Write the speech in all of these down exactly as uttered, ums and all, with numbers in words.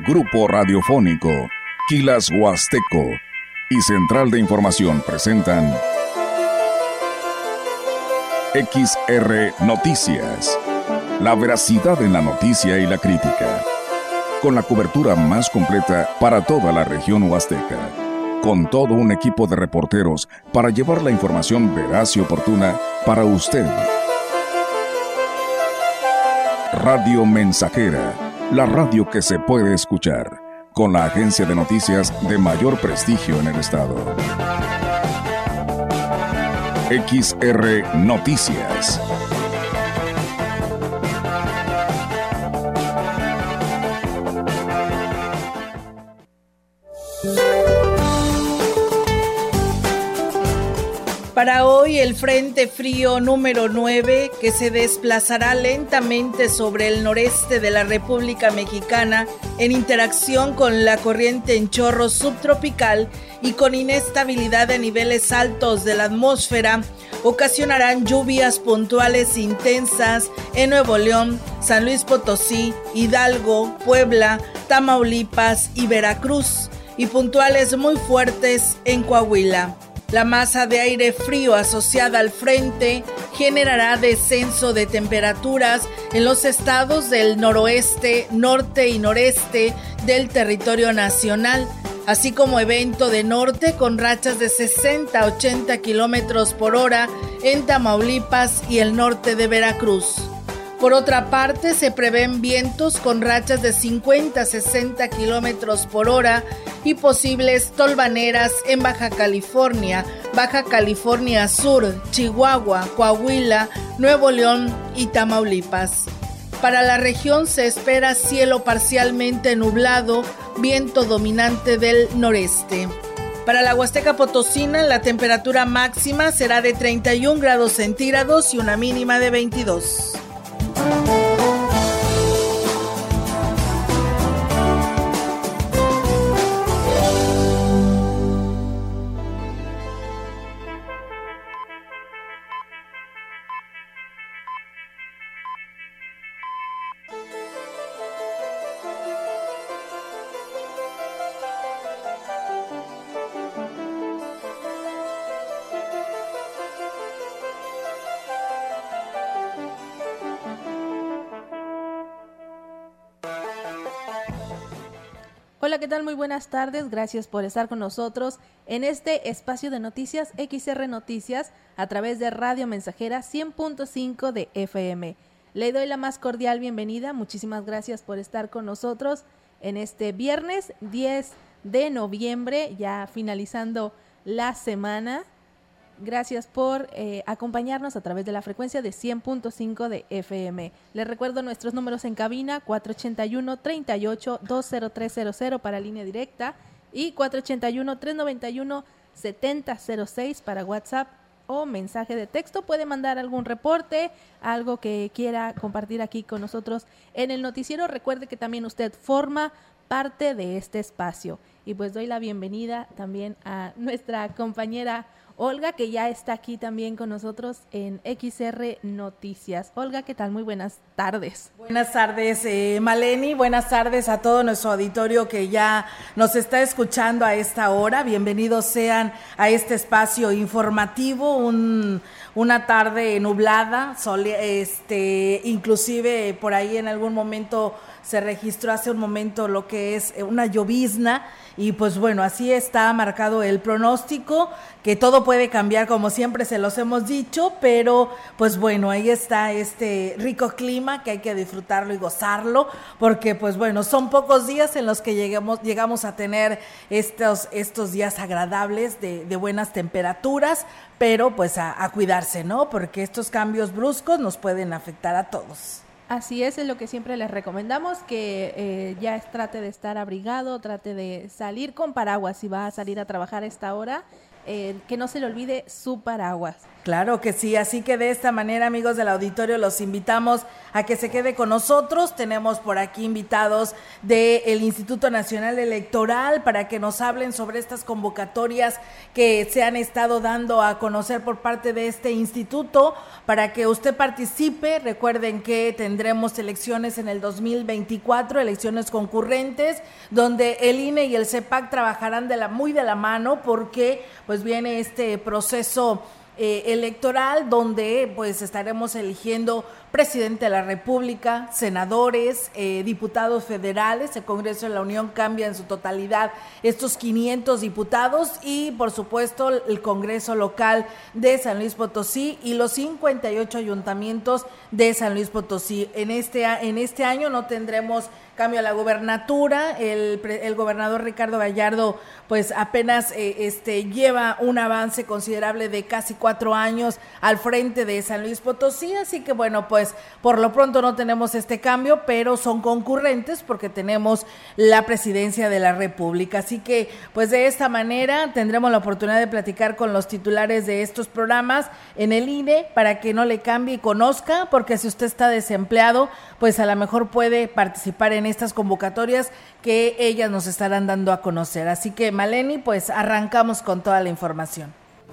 Grupo Radiofónico, Quilas Huasteco y Central de Información presentan X R Noticias. La veracidad en la noticia y la crítica. Con la cobertura más completa para toda la región huasteca. Con todo un equipo de reporteros para llevar la información veraz y oportuna para usted. Radio Mensajera, la radio que se puede escuchar, con la agencia de noticias de mayor prestigio en el estado. X R Noticias. Para hoy, el Frente Frío número nueve, que se desplazará lentamente sobre el noreste de la República Mexicana en interacción con la corriente en chorro subtropical y con inestabilidad de niveles altos de la atmósfera, ocasionarán lluvias puntuales intensas en Nuevo León, San Luis Potosí, Hidalgo, Puebla, Tamaulipas y Veracruz, y puntuales muy fuertes en Coahuila. La masa de aire frío asociada al frente generará descenso de temperaturas en los estados del noroeste, norte y noreste del territorio nacional, así como evento de norte con rachas de sesenta a ochenta kilómetros por hora en Tamaulipas y el norte de Veracruz. Por otra parte, se prevén vientos con rachas de cincuenta a sesenta kilómetros por hora y posibles tolvaneras en Baja California, Baja California Sur, Chihuahua, Coahuila, Nuevo León y Tamaulipas. Para la región se espera cielo parcialmente nublado, viento dominante del noreste. Para la Huasteca Potosina, la temperatura máxima será de treinta y un grados centígrados y una mínima de veintidós. Hola, ¿qué tal? Muy buenas tardes. Gracias por estar con nosotros en este espacio de noticias X R Noticias a través de Radio Mensajera cien punto cinco de F M. Le doy la más cordial bienvenida. Muchísimas gracias por estar con nosotros en este viernes diez de noviembre, ya finalizando la semana. Gracias por eh, acompañarnos a través de la frecuencia de cien punto cinco de F M. Les recuerdo nuestros números en cabina: cuatro ochenta y uno, treinta y ocho, veintidós para línea directa y cuatro ochenta y uno, trescientos noventa y uno, setenta cero seis para WhatsApp o mensaje de texto. Puede mandar algún reporte, algo que quiera compartir aquí con nosotros en el noticiero. Recuerde que también usted forma parte de este espacio. Y pues doy la bienvenida también a nuestra compañera Olga, que ya está aquí también con nosotros en X R Noticias. Olga, ¿qué tal? Muy buenas tardes. Buenas tardes, eh, Maleni. Buenas tardes a todo nuestro auditorio que ya nos está escuchando a esta hora. Bienvenidos sean a este espacio informativo, un, una tarde nublada, sole, este, inclusive por ahí en algún momento se registró hace un momento lo que es una llovizna. Y pues bueno, así está marcado el pronóstico, que todo puede cambiar como siempre se los hemos dicho, pero pues bueno, ahí está este rico clima que hay que disfrutarlo y gozarlo, porque pues bueno, son pocos días en los que lleguemos, llegamos a tener estos, estos días agradables de, de buenas temperaturas, pero pues a, a cuidarse, ¿no? Porque estos cambios bruscos nos pueden afectar a todos. Así es, es lo que siempre les recomendamos, que eh, ya trate de estar abrigado, trate de salir con paraguas si va a salir a trabajar a esta hora eh, que no se le olvide su paraguas. Claro que sí, así que de esta manera, amigos del auditorio, los invitamos a que se quede con nosotros. Tenemos por aquí invitados del Instituto Nacional Electoral para que nos hablen sobre estas convocatorias que se han estado dando a conocer por parte de este instituto, para que usted participe. Recuerden que tendremos elecciones en el dos mil veinticuatro, elecciones concurrentes, donde el I N E y el C E P A C trabajarán de la, muy de la mano, porque pues viene este proceso Eh, electoral donde pues estaremos eligiendo presidente de la República, senadores, eh, diputados federales. El Congreso de la Unión cambia en su totalidad estos quinientos diputados, y por supuesto el Congreso local de San Luis Potosí y los cincuenta y ocho ayuntamientos de San Luis Potosí. En este, en este año no tendremos cambio a la gobernatura. El, el gobernador Ricardo Gallardo pues apenas eh, este, lleva un avance considerable de casi cuatro años al frente de San Luis Potosí, así que bueno, pues por lo pronto no tenemos este cambio, pero son concurrentes porque tenemos la presidencia de la República. Así que pues de esta manera tendremos la oportunidad de platicar con los titulares de estos programas en el I N E para que no le cambie y conozca, porque si usted está desempleado, pues a lo mejor puede participar en estas convocatorias que ellas nos estarán dando a conocer. Así que Maleni, pues arrancamos con toda la información.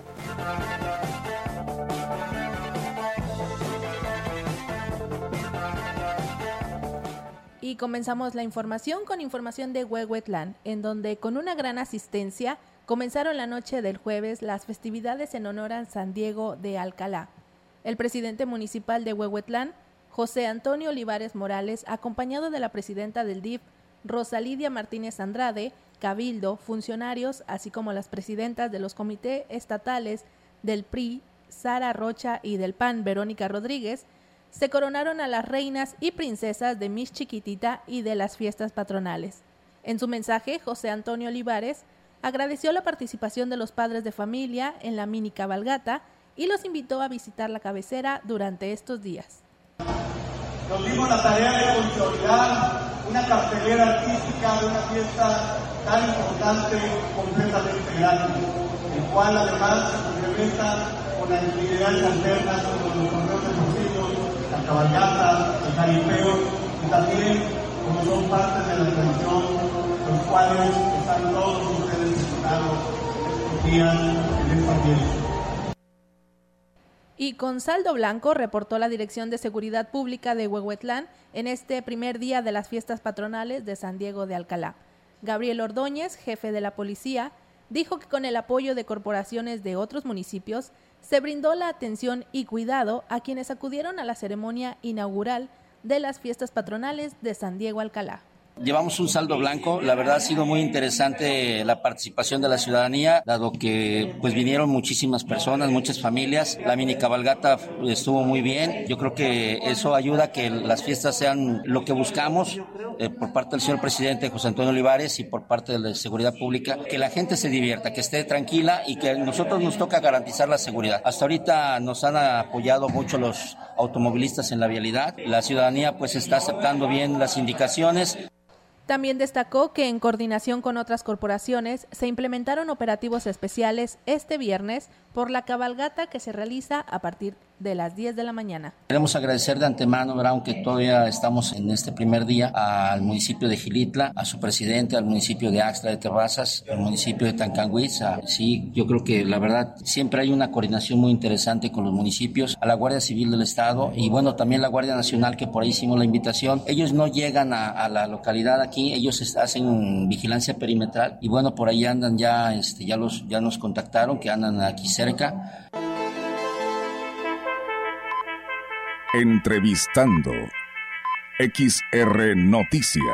Y comenzamos la información con información de Huehuetlán, en donde con una gran asistencia comenzaron la noche del jueves las festividades en honor a San Diego de Alcalá. El presidente municipal de Huehuetlán, José Antonio Olivares Morales, acompañado de la presidenta del D I F, Rosa Lidia Martínez Andrade, Cabildo, funcionarios, así como las presidentas de los comités estatales del P R I, Sara Rocha, y del P A N, Verónica Rodríguez, se coronaron a las reinas y princesas de Miss Chiquitita y de las fiestas patronales. En su mensaje, José Antonio Olivares agradeció la participación de los padres de familia en la mini cabalgata y los invitó a visitar la cabecera durante estos días. Nos dimos la tarea de consolidar una cartelera artística de una fiesta tan importante, completamente gratis, el cual además se complementa con actividades alternas como los torneos deportivos, la cabalgata, el jaripeo, y también como son partes de la tradición, los cuales están todos ustedes disfrutados estos días en esta fiesta. Y con saldo blanco, reportó la Dirección de Seguridad Pública de Huehuetlán en este primer día de las fiestas patronales de San Diego de Alcalá. Gabriel Ordóñez, jefe de la policía, dijo que con el apoyo de corporaciones de otros municipios, se brindó la atención y cuidado a quienes acudieron a la ceremonia inaugural de las fiestas patronales de San Diego Alcalá. Llevamos un saldo blanco. La verdad ha sido muy interesante la participación de la ciudadanía, dado que pues vinieron muchísimas personas, muchas familias. La mini cabalgata estuvo muy bien. Yo creo que eso ayuda a que las fiestas sean lo que buscamos eh, por parte del señor presidente José Antonio Olivares y por parte de la seguridad pública, que la gente se divierta, que esté tranquila y que a nosotros nos toca garantizar la seguridad. Hasta ahorita nos han apoyado mucho los automovilistas en la vialidad. La ciudadanía pues está aceptando bien las indicaciones. También destacó que en coordinación con otras corporaciones se implementaron operativos especiales este viernes por la cabalgata que se realiza a partir de las diez de la mañana. Queremos agradecer de antemano, ¿verdad? Aunque todavía estamos en este primer día, al municipio de Xilitla, a su presidente, al municipio de Axtla de Terrazas, al municipio de Tancanhuitz. A, sí, yo creo que la verdad siempre hay una coordinación muy interesante con los municipios, a la Guardia Civil del Estado y bueno, también la Guardia Nacional, que por ahí hicimos la invitación. Ellos no llegan a, a la localidad aquí, ellos hacen vigilancia perimetral y bueno, por ahí andan ya, este, ya, los, ya nos contactaron que andan aquí cerca. Entrevistando. X R Noticias.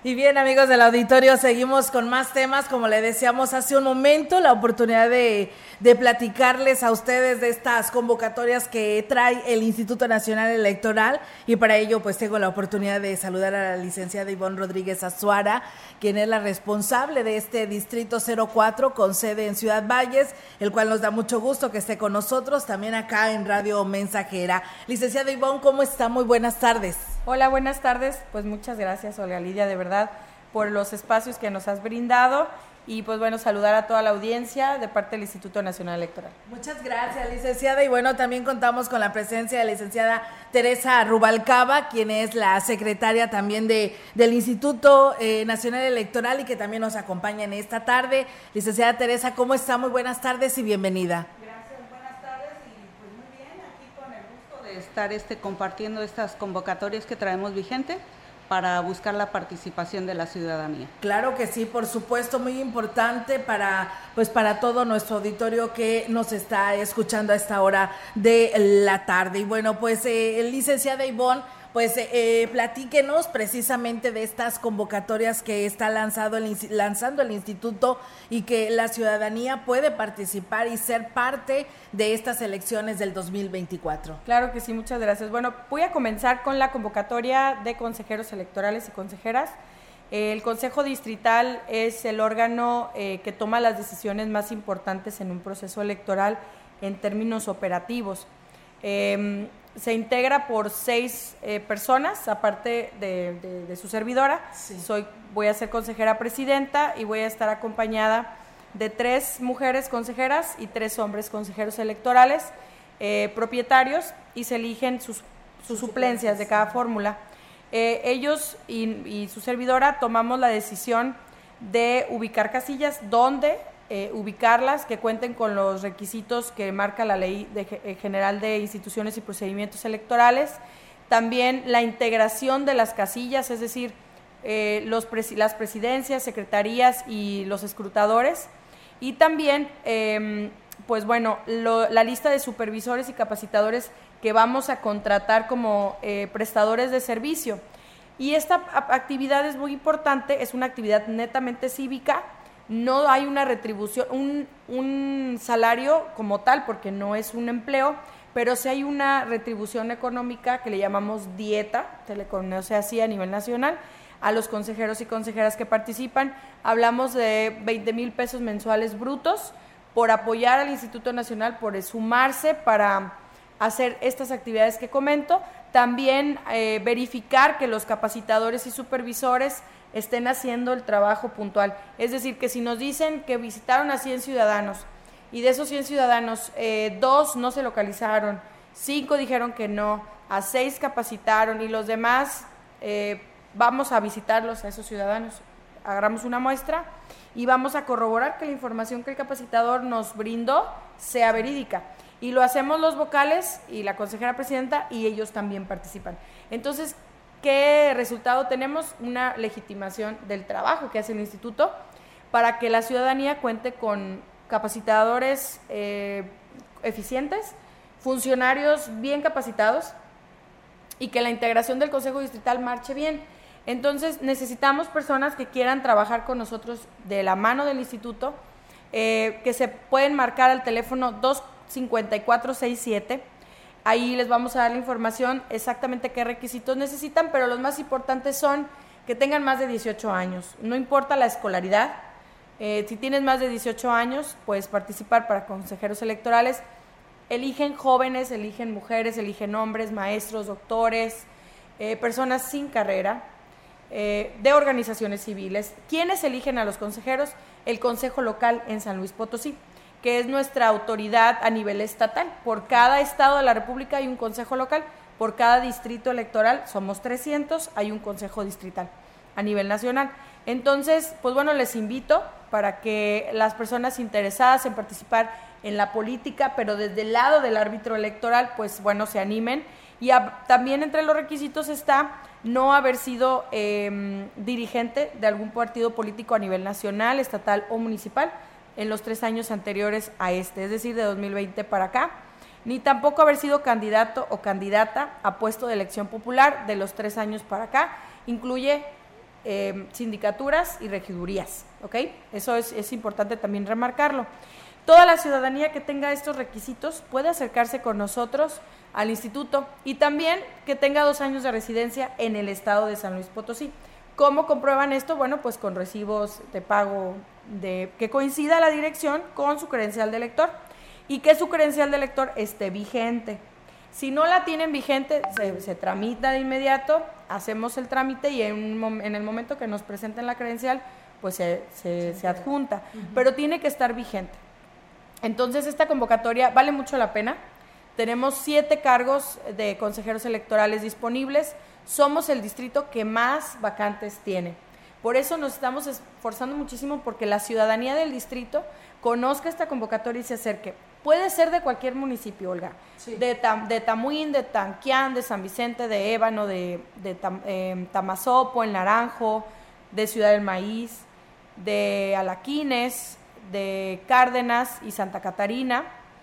Y bien, amigos del auditorio, seguimos con más temas, como le decíamos hace un momento, la oportunidad de, de platicarles a ustedes de estas convocatorias que trae el Instituto Nacional Electoral, y para ello pues tengo la oportunidad de saludar a la licenciada Ivonne Rodríguez Azuara, quien es la responsable de este Distrito cero cuatro con sede en Ciudad Valles, el cual nos da mucho gusto que esté con nosotros, también acá en Radio Mensajera. Licenciada Ivonne, ¿cómo está? Muy buenas tardes. Hola, buenas tardes. Pues muchas gracias, Olga Lidia, de verdad, por los espacios que nos has brindado y pues bueno, saludar a toda la audiencia de parte del Instituto Nacional Electoral. Muchas gracias, licenciada, y bueno, también contamos con la presencia de la licenciada Teresa Rubalcaba, quien es la secretaria también de del Instituto eh, Nacional Electoral y que también nos acompaña en esta tarde. Licenciada Teresa, ¿cómo está? Muy buenas tardes y bienvenida. Gracias, buenas tardes y pues muy bien, aquí con el gusto de estar este compartiendo estas convocatorias que traemos vigente para buscar la participación de la ciudadanía. Claro que sí, por supuesto, muy importante para pues para todo nuestro auditorio que nos está escuchando a esta hora de la tarde. Y bueno, pues eh, licenciada Ivonne, pues eh, platíquenos precisamente de estas convocatorias que está lanzado el, lanzando el instituto y que la ciudadanía puede participar y ser parte de estas elecciones del dos mil veinticuatro. Claro que sí, muchas gracias. Bueno, voy a comenzar con la convocatoria de consejeros electorales y consejeras. El Consejo Distrital es el órgano eh, que toma las decisiones más importantes en un proceso electoral en términos operativos. Eh, Se integra por seis eh, personas, aparte de, de, de su servidora. Sí. Soy, voy a ser consejera presidenta y voy a estar acompañada de tres mujeres consejeras y tres hombres consejeros electorales, eh, propietarios, y se eligen sus, sus suplencias de cada fórmula. Eh, ellos y, y su servidora tomamos la decisión de ubicar casillas donde Eh, ubicarlas, que cuenten con los requisitos que marca la Ley de, eh, General de Instituciones y Procedimientos Electorales. También la integración de las casillas, es decir, eh, los presi- las presidencias, secretarías y los escrutadores. Y también, eh, pues bueno, lo, la lista de supervisores y capacitadores que vamos a contratar como eh, prestadores de servicio. Y esta actividad es muy importante, es una actividad netamente cívica. No hay una retribución, un, un salario como tal, porque no es un empleo, pero sí hay una retribución económica que le llamamos dieta, se le conoce así a nivel nacional, a los consejeros y consejeras que participan. Hablamos de veinte mil pesos mensuales brutos por apoyar al Instituto Nacional, por sumarse para hacer estas actividades que comento. También eh, verificar que los capacitadores y supervisores estén haciendo el trabajo puntual. Es decir, que si nos dicen que visitaron a cien ciudadanos y de esos cien ciudadanos, eh, dos no se localizaron, cinco dijeron que no, a seis capacitaron y los demás eh, vamos a visitarlos a esos ciudadanos, agarramos una muestra y vamos a corroborar que la información que el capacitador nos brindó sea verídica. Y lo hacemos los vocales y la consejera presidenta y ellos también participan. Entonces, ¿qué resultado tenemos? Una legitimación del trabajo que hace el instituto para que la ciudadanía cuente con capacitadores eh, eficientes, funcionarios bien capacitados y que la integración del Consejo Distrital marche bien. Entonces necesitamos personas que quieran trabajar con nosotros de la mano del instituto, eh, que se pueden marcar al teléfono dos cinco cuatro seis siete. Ahí les vamos a dar la información exactamente qué requisitos necesitan, pero los más importantes son que tengan más de dieciocho años. No importa la escolaridad, eh, si tienes más de dieciocho años, puedes participar para consejeros electorales. Eligen jóvenes, eligen mujeres, eligen hombres, maestros, doctores, eh, personas sin carrera, eh, de organizaciones civiles. ¿Quiénes eligen a los consejeros? El Consejo Local en San Luis Potosí, que es nuestra autoridad a nivel estatal. Por cada estado de la República hay un consejo local, por cada distrito electoral, somos trescientos, hay un consejo distrital a nivel nacional. Entonces, pues bueno, les invito para que las personas interesadas en participar en la política, pero desde el lado del árbitro electoral, pues bueno, se animen. Y a, también entre los requisitos está no haber sido eh, dirigente de algún partido político a nivel nacional, estatal o municipal en los tres años anteriores a este, es decir, de dos mil veinte para acá, ni tampoco haber sido candidato o candidata a puesto de elección popular de los tres años para acá. Incluye eh, sindicaturas y regidurías, ¿ok? Eso es, es importante también remarcarlo. Toda la ciudadanía que tenga estos requisitos puede acercarse con nosotros al instituto y también que tenga dos años de residencia en el estado de San Luis Potosí. ¿Cómo comprueban esto? Bueno, pues con recibos de pago de que coincida la dirección con su credencial de elector y que su credencial de elector esté vigente. Si no la tienen vigente, se, se tramita de inmediato, hacemos el trámite y en, un, en el momento que nos presenten la credencial, pues se, se, se adjunta, uh-huh. Pero tiene que estar vigente. Entonces, esta convocatoria vale mucho la pena. Tenemos siete cargos de consejeros electorales disponibles. Somos el distrito que más vacantes tiene. Por eso nos estamos esforzando muchísimo porque la ciudadanía del distrito conozca esta convocatoria y se acerque. Puede ser de cualquier municipio, Olga. Sí. De, Tam, de Tamuín, de Tanquián, de San Vicente, de Ébano, de, de Tam, eh, Tamazopo, El Naranjo, de Ciudad del Maíz, de Alaquines, de Cárdenas y Santa Catarina,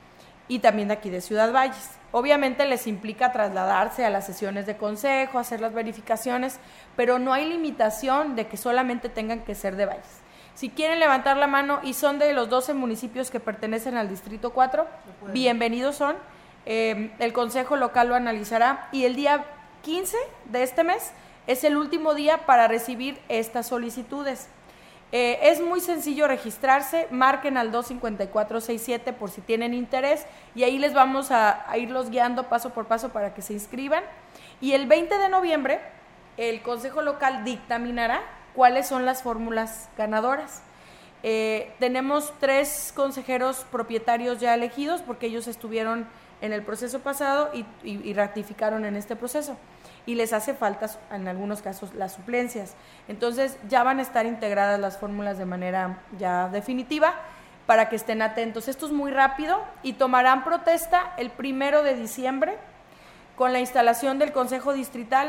y también de aquí de Ciudad Valles. Obviamente les implica trasladarse a las sesiones de consejo, hacer las verificaciones, pero no hay limitación de que solamente tengan que ser de Valles. Si quieren levantar la mano y son de los doce municipios que pertenecen al Distrito cuatro, bienvenidos son. Eh, el Consejo Local lo analizará y el día quince de este mes es el último día para recibir estas solicitudes. Eh, es muy sencillo registrarse, marquen al dos cinco cuatro seis siete por si tienen interés y ahí les vamos a, a irlos guiando paso por paso para que se inscriban. Y el veinte de noviembre el Consejo Local dictaminará cuáles son las fórmulas ganadoras. Eh, tenemos tres consejeros propietarios ya elegidos porque ellos estuvieron en el proceso pasado y, y, y ratificaron en este proceso. Y les hace falta en algunos casos las suplencias. Entonces ya van a estar integradas las fórmulas de manera ya definitiva para que estén atentos. Esto es muy rápido y tomarán protesta el primero de diciembre con la instalación del Consejo Distrital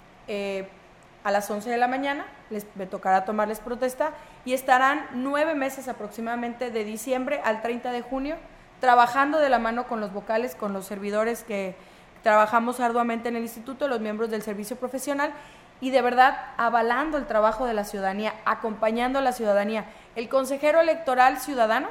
eh, a las once de la mañana. Les me tocará tomarles protesta y estarán nueve meses aproximadamente de diciembre al treinta de junio trabajando de la mano con los vocales, con los servidores que trabajamos arduamente en el instituto, los miembros del servicio profesional y de verdad avalando el trabajo de la ciudadanía, acompañando a la ciudadanía. El consejero electoral ciudadano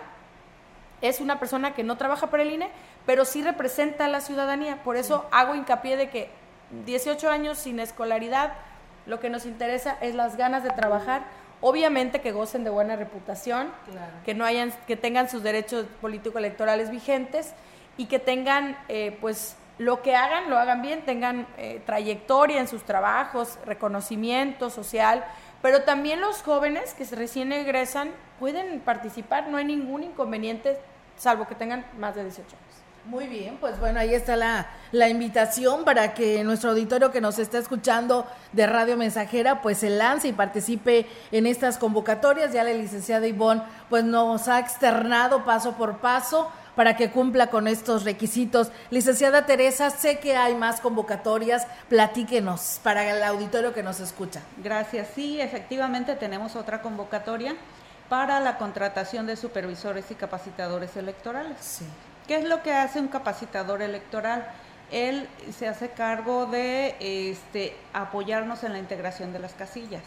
es una persona que no trabaja para el I N E, pero sí representa a la ciudadanía. Por eso hago hincapié de que dieciocho años sin escolaridad, lo que nos interesa es las ganas de trabajar, obviamente que gocen de buena reputación, claro. que no hayan, que tengan sus derechos político-electorales vigentes y que tengan eh, pues lo que hagan, lo hagan bien, tengan eh, trayectoria en sus trabajos, reconocimiento social, pero también los jóvenes que recién egresan pueden participar, no hay ningún inconveniente, salvo que tengan más de dieciocho años. Muy bien, pues bueno, ahí está la, la invitación para que nuestro auditorio que nos está escuchando de Radio Mensajera, pues se lance y participe en estas convocatorias. Ya la licenciada Ivonne pues nos ha externado paso por paso para que cumpla con estos requisitos. Licenciada Teresa, sé que hay más convocatorias, platíquenos para el auditorio que nos escucha. Gracias, sí, efectivamente tenemos otra convocatoria para la contratación de supervisores y capacitadores electorales. Sí. ¿Qué es lo que hace un capacitador electoral? Él se hace cargo de este, apoyarnos en la integración de las casillas.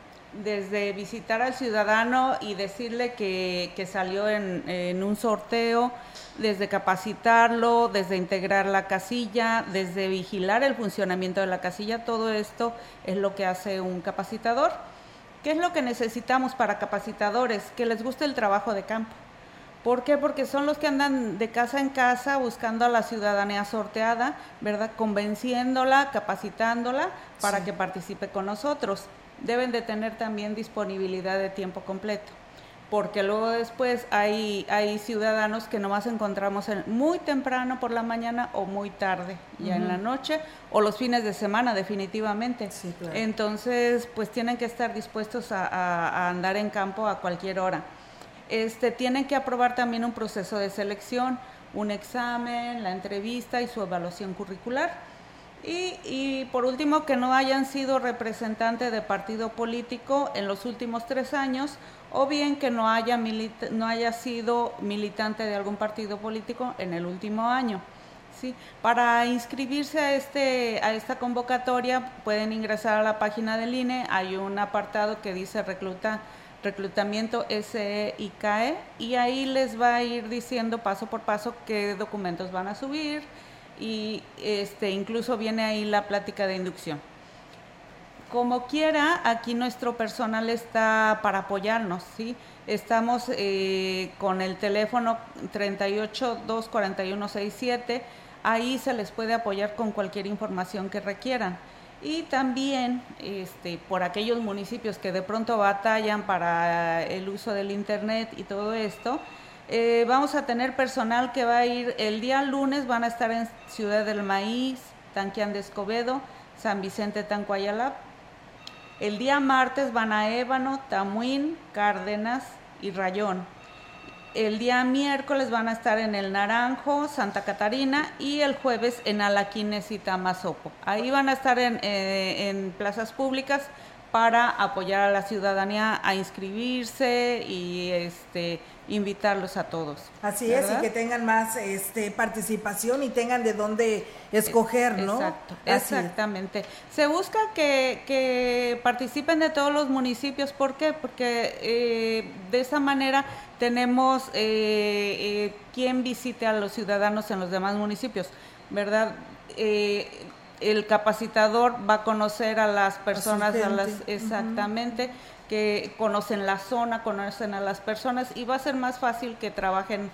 Desde visitar al ciudadano y decirle que, que salió en, en un sorteo, desde capacitarlo, desde integrar la casilla, desde vigilar el funcionamiento de la casilla, todo esto es lo que hace un capacitador. ¿Qué es lo que necesitamos para capacitadores? Que les guste el trabajo de campo. ¿Por qué? Porque son los que andan de casa en casa buscando a la ciudadanía sorteada, ¿verdad? Convenciéndola, capacitándola para sí. que participe con nosotros. Deben de tener también disponibilidad de tiempo completo, porque luego después hay, hay ciudadanos que nomás encontramos en, muy temprano por la mañana o muy tarde, ya uh-huh. en la noche, o los fines de semana definitivamente. Sí, claro. Entonces, pues tienen que estar dispuestos a, a, a andar en campo a cualquier hora. Este, tienen que aprobar también un proceso de selección, un examen, la entrevista y su evaluación curricular. Y, y por último, que no hayan sido representantes de partido político en los últimos tres años, o bien que no haya, milita- no haya sido militante de algún partido político en el último año. Sí, para inscribirse a este a esta convocatoria pueden ingresar a la página del I N E, hay un apartado que dice recluta reclutamiento S E I C A E y ahí les va a ir diciendo paso por paso qué documentos van a subir y este incluso viene ahí la plática de inducción. Como quiera, aquí nuestro personal está para apoyarnos, ¿sí? Estamos eh, con el teléfono treinta y ocho, dos cuarenta y uno, sesenta y siete, ahí se les puede apoyar con cualquier información que requieran. Y también este, por aquellos municipios que de pronto batallan para el uso del internet y todo esto, eh, vamos a tener personal que va a ir, el día lunes van a estar en Ciudad del Maíz, Tanquián de Escobedo, San Vicente Tancuayalap. El día martes van a Ébano, Tamuín, Cárdenas y Rayón. El día miércoles van a estar en El Naranjo, Santa Catarina y el jueves en Alaquines y Tamazopo. Ahí van a estar en, eh, en plazas públicas para apoyar a la ciudadanía a inscribirse y este invitarlos a todos. Así ¿verdad? es, y que tengan más este participación y tengan de dónde escoger, ¿no? Exacto, Así exactamente. Es. Se busca que, que participen de todos los municipios, ¿por qué? Porque eh, de esa manera tenemos eh, eh, quien visite a los ciudadanos en los demás municipios, ¿verdad? Eh, el capacitador va a conocer a las personas, a, a las exactamente, uh-huh. que conocen la zona, conocen a las personas y va a ser más fácil que trabajen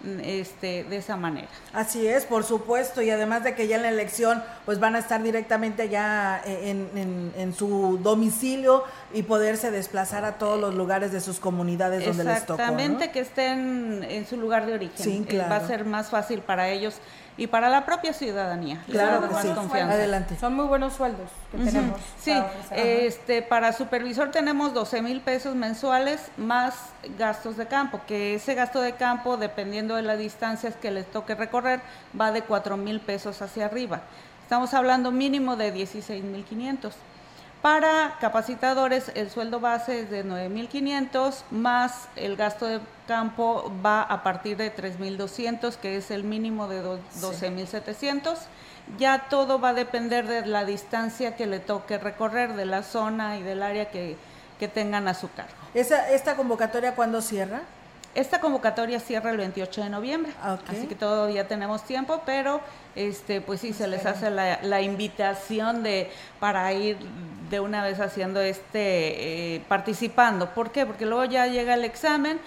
este de esa manera. Así es, por supuesto, y además de que ya en la elección pues van a estar directamente ya en, en, en su domicilio y poderse desplazar a todos los lugares de sus comunidades donde les tocó, ¿no? Exactamente, que estén en su lugar de origen. Sí, claro. Va a ser más fácil para ellos y para la propia ciudadanía. Claro que sí. Confianza. Adelante. Son muy buenos sueldos que uh-huh. tenemos. Sí, para, este, para supervisor tenemos doce mil pesos mensuales más gastos de campo, que ese gasto de campo, dependiendo de las distancias que les toque recorrer, va de cuatro mil pesos hacia arriba. Estamos hablando mínimo de dieciséis mil quinientos. Para capacitadores, el sueldo base es de nueve mil quinientos, más el gasto de campo va a partir de tres mil doscientos, que es el mínimo de doce mil setecientos. Ya todo va a depender de la distancia que le toque recorrer, de la zona y del área que, que tengan a su cargo. ¿Esa, ¿Esta convocatoria cuándo cierra? Esta convocatoria cierra el veintiocho de noviembre, okay. Así que todavía tenemos tiempo, pero este pues sí, se les hace la, la invitación de para ir de una vez haciendo este, eh, participando. ¿Por qué? Porque luego ya llega el examen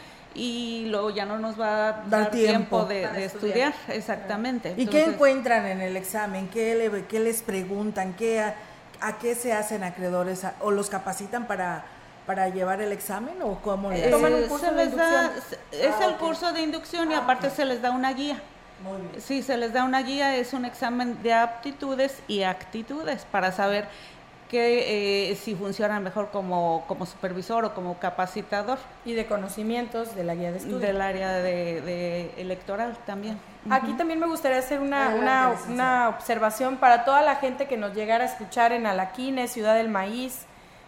y luego ya no nos va a dar, dar tiempo, tiempo de, de estudiar. estudiar, exactamente. ¿Y Entonces, qué encuentran en el examen? ¿Qué, le, qué les preguntan? ¿Qué, a, ¿A qué se hacen acreedores? A, ¿O los capacitan para... para llevar el examen o cómo le toman un curso de inducción? Es ah, el okay. curso de inducción y ah, aparte okay. se les da una guía. Muy bien. Sí, se les da una guía, es un examen de aptitudes y actitudes para saber que eh, si funcionan mejor como, como supervisor o como capacitador. Y de conocimientos de la guía de estudio. Del área de, de electoral también. Aquí uh-huh. también me gustaría hacer una, una, una observación para toda la gente que nos llegara a escuchar en Alaquines, Ciudad del Maíz,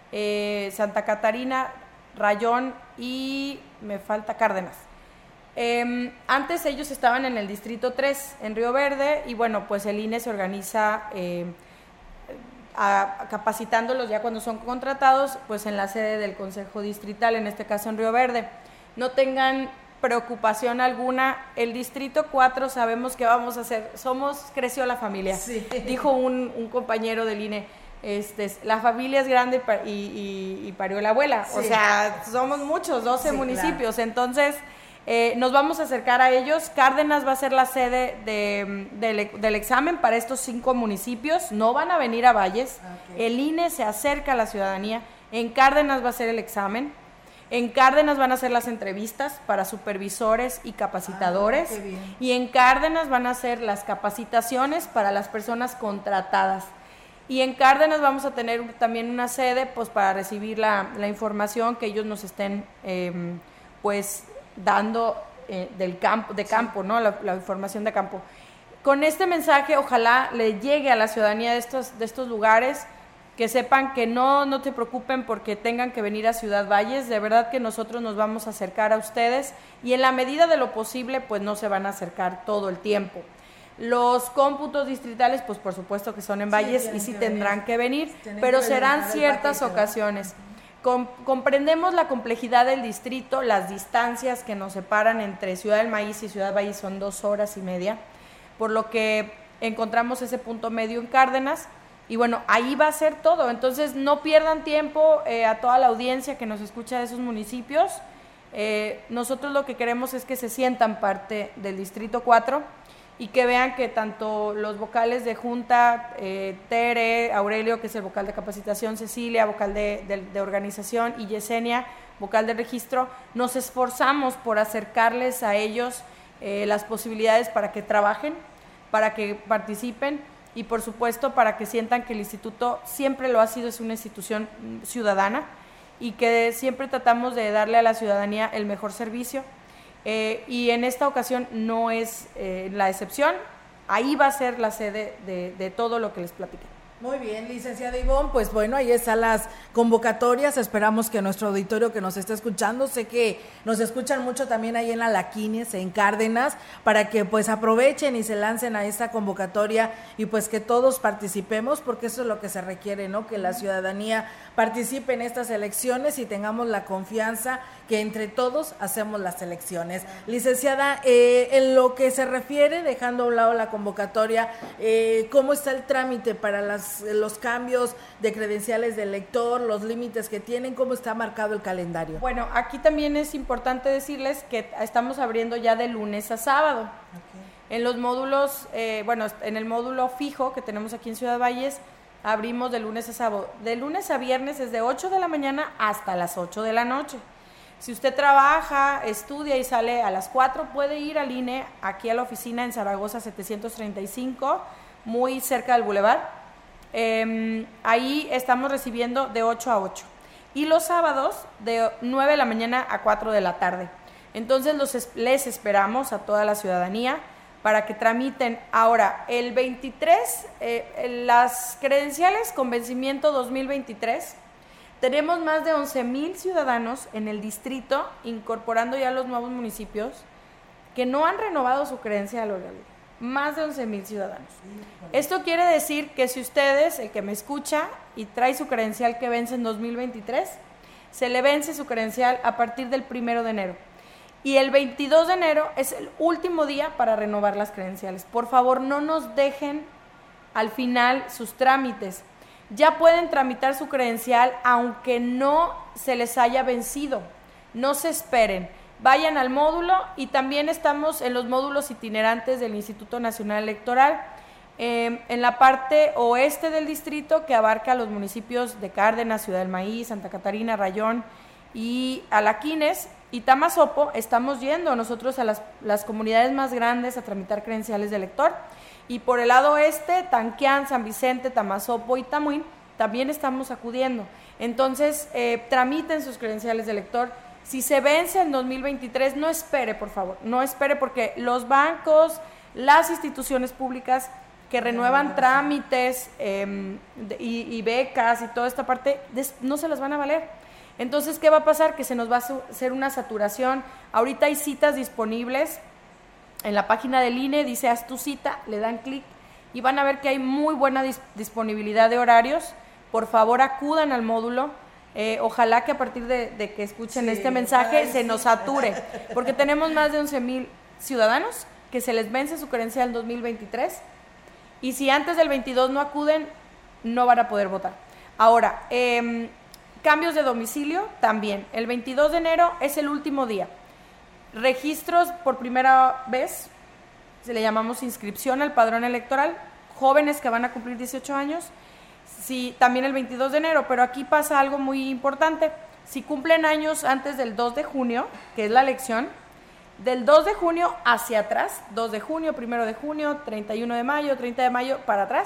Eh, Santa Catarina, Rayón y me falta Cárdenas. Eh, antes ellos estaban en el distrito tres, en Río Verde, y bueno, pues el I N E se organiza eh, a, capacitándolos ya cuando son contratados, pues en la sede del Consejo Distrital, en este caso en Río Verde. No tengan preocupación alguna, el distrito cuatro sabemos que vamos a hacer, somos, creció la familia, sí. Dijo un, un compañero del I N E. Este, la familia es grande y, y, y parió la abuela, sí. O sea, somos muchos, doce sí, municipios, claro. Entonces eh, nos vamos a acercar a ellos. Cárdenas va a ser la sede de, de, del examen para estos cinco municipios, no van a venir a Valles, okay. El I N E se acerca a la ciudadanía, en Cárdenas va a ser el examen, en Cárdenas van a ser las entrevistas para supervisores y capacitadores, ah, qué bien. Y en Cárdenas van a ser las capacitaciones para las personas contratadas. Y en Cárdenas vamos a tener también una sede pues para recibir la, la información que ellos nos estén eh, pues dando eh, del campo, de campo, sí. ¿No? La, la información de campo. Con este mensaje ojalá le llegue a la ciudadanía de estos, de estos lugares, que sepan que no, no te preocupen porque tengan que venir a Ciudad Valles, de verdad que nosotros nos vamos a acercar a ustedes y en la medida de lo posible pues no se van a acercar todo el tiempo. Los cómputos distritales, pues por supuesto que son en Valles sí, y sí tendrán que venir, pero que serán ciertas ocasiones. Com- comprendemos la complejidad del distrito, las distancias que nos separan entre Ciudad del Maíz y Ciudad Valles son dos horas y media, por lo que encontramos ese punto medio en Cárdenas, y bueno, ahí va a ser todo. Entonces no pierdan tiempo eh, a toda la audiencia que nos escucha de esos municipios. Eh, nosotros lo que queremos es que se sientan parte del Distrito cuatro y que vean que tanto los vocales de Junta, eh, Tere, Aurelio, que es el vocal de capacitación, Cecilia, vocal de, de, de organización, y Yesenia, vocal de registro, nos esforzamos por acercarles a ellos eh, las posibilidades para que trabajen, para que participen y por supuesto para que sientan que el instituto siempre lo ha sido, es una institución ciudadana y que siempre tratamos de darle a la ciudadanía el mejor servicio. Eh, y en esta ocasión no es eh, la excepción, ahí va a ser la sede de, de todo lo que les platiqué. Muy bien, licenciada Ivonne, pues bueno, ahí están las convocatorias, esperamos que nuestro auditorio que nos está escuchando, sé que nos escuchan mucho también ahí en Alaquines, en Cárdenas, para que pues aprovechen y se lancen a esta convocatoria y pues que todos participemos, porque eso es lo que se requiere, ¿no? Que la ciudadanía participe en estas elecciones y tengamos la confianza que entre todos hacemos las elecciones. Licenciada, eh, en lo que se refiere, dejando a un lado la convocatoria, eh, ¿cómo está el trámite para las los cambios de credenciales del elector, los límites que tienen, cómo está marcado el calendario? Bueno, aquí también es importante decirles que estamos abriendo ya de lunes a sábado. Okay. En los módulos, eh, bueno, en el módulo fijo que tenemos aquí en Ciudad Valles, abrimos de lunes a sábado. De lunes a viernes es de ocho de la mañana hasta las ocho de la noche. Si usted trabaja, estudia y sale a las cuatro, puede ir al I N E, aquí a la oficina en Zaragoza setecientos treinta y cinco, muy cerca del Boulevard. Eh, ahí estamos recibiendo de ocho a ocho y los sábados de nueve de la mañana a cuatro de la tarde. Entonces los es, les esperamos a toda la ciudadanía para que tramiten. Ahora, el veintitrés, eh, las credenciales con vencimiento dos mil veintitrés, tenemos más de once mil ciudadanos en el distrito, incorporando ya los nuevos municipios, que no han renovado su credencial, Olga. Más de once mil ciudadanos. Esto quiere decir que si ustedes, el que me escucha y trae su credencial que vence en dos mil veintitrés, se le vence su credencial a partir del primero de enero. Y el veintidós de enero es el último día para renovar las credenciales. Por favor, no nos dejen al final sus trámites. Ya pueden tramitar su credencial aunque no se les haya vencido. No se esperen. Vayan al módulo y también estamos en los módulos itinerantes del Instituto Nacional Electoral, eh, en la parte oeste del distrito que abarca los municipios de Cárdenas, Ciudad del Maíz, Santa Catarina, Rayón y Alaquines y Tamazopo. Estamos yendo nosotros a las, las comunidades más grandes a tramitar credenciales de elector, y por el lado oeste, Tanquián, San Vicente, Tamazopo y Tamuín, también estamos acudiendo. Entonces, eh, tramiten sus credenciales de elector. Si se vence en dos mil veintitrés, no espere, por favor, no espere, porque los bancos, las instituciones públicas que renuevan trámites eh, y, y becas y toda esta parte, no se las van a valer. Entonces, ¿qué va a pasar? Que se nos va a hacer una saturación. Ahorita hay citas disponibles en la página del I N E, dice haz tu cita, le dan clic y van a ver que hay muy buena dis- disponibilidad de horarios. Por favor, acudan al módulo. Eh, ojalá que a partir de, de que escuchen sí, este mensaje ay, se sí. nos sature, porque tenemos más de once mil ciudadanos que se les vence su credencial en dos mil veintitrés y si antes del veintidós no acuden, no van a poder votar. Ahora, eh, cambios de domicilio también. El veintidós de enero es el último día. Registros por primera vez, se le llamamos inscripción al padrón electoral, jóvenes que van a cumplir dieciocho años. Sí, también el veintidós de enero, pero aquí pasa algo muy importante. Si cumplen años antes del dos de junio, que es la elección, del dos de junio hacia atrás, dos de junio, primero de junio, treinta y uno de mayo, treinta de mayo, para atrás,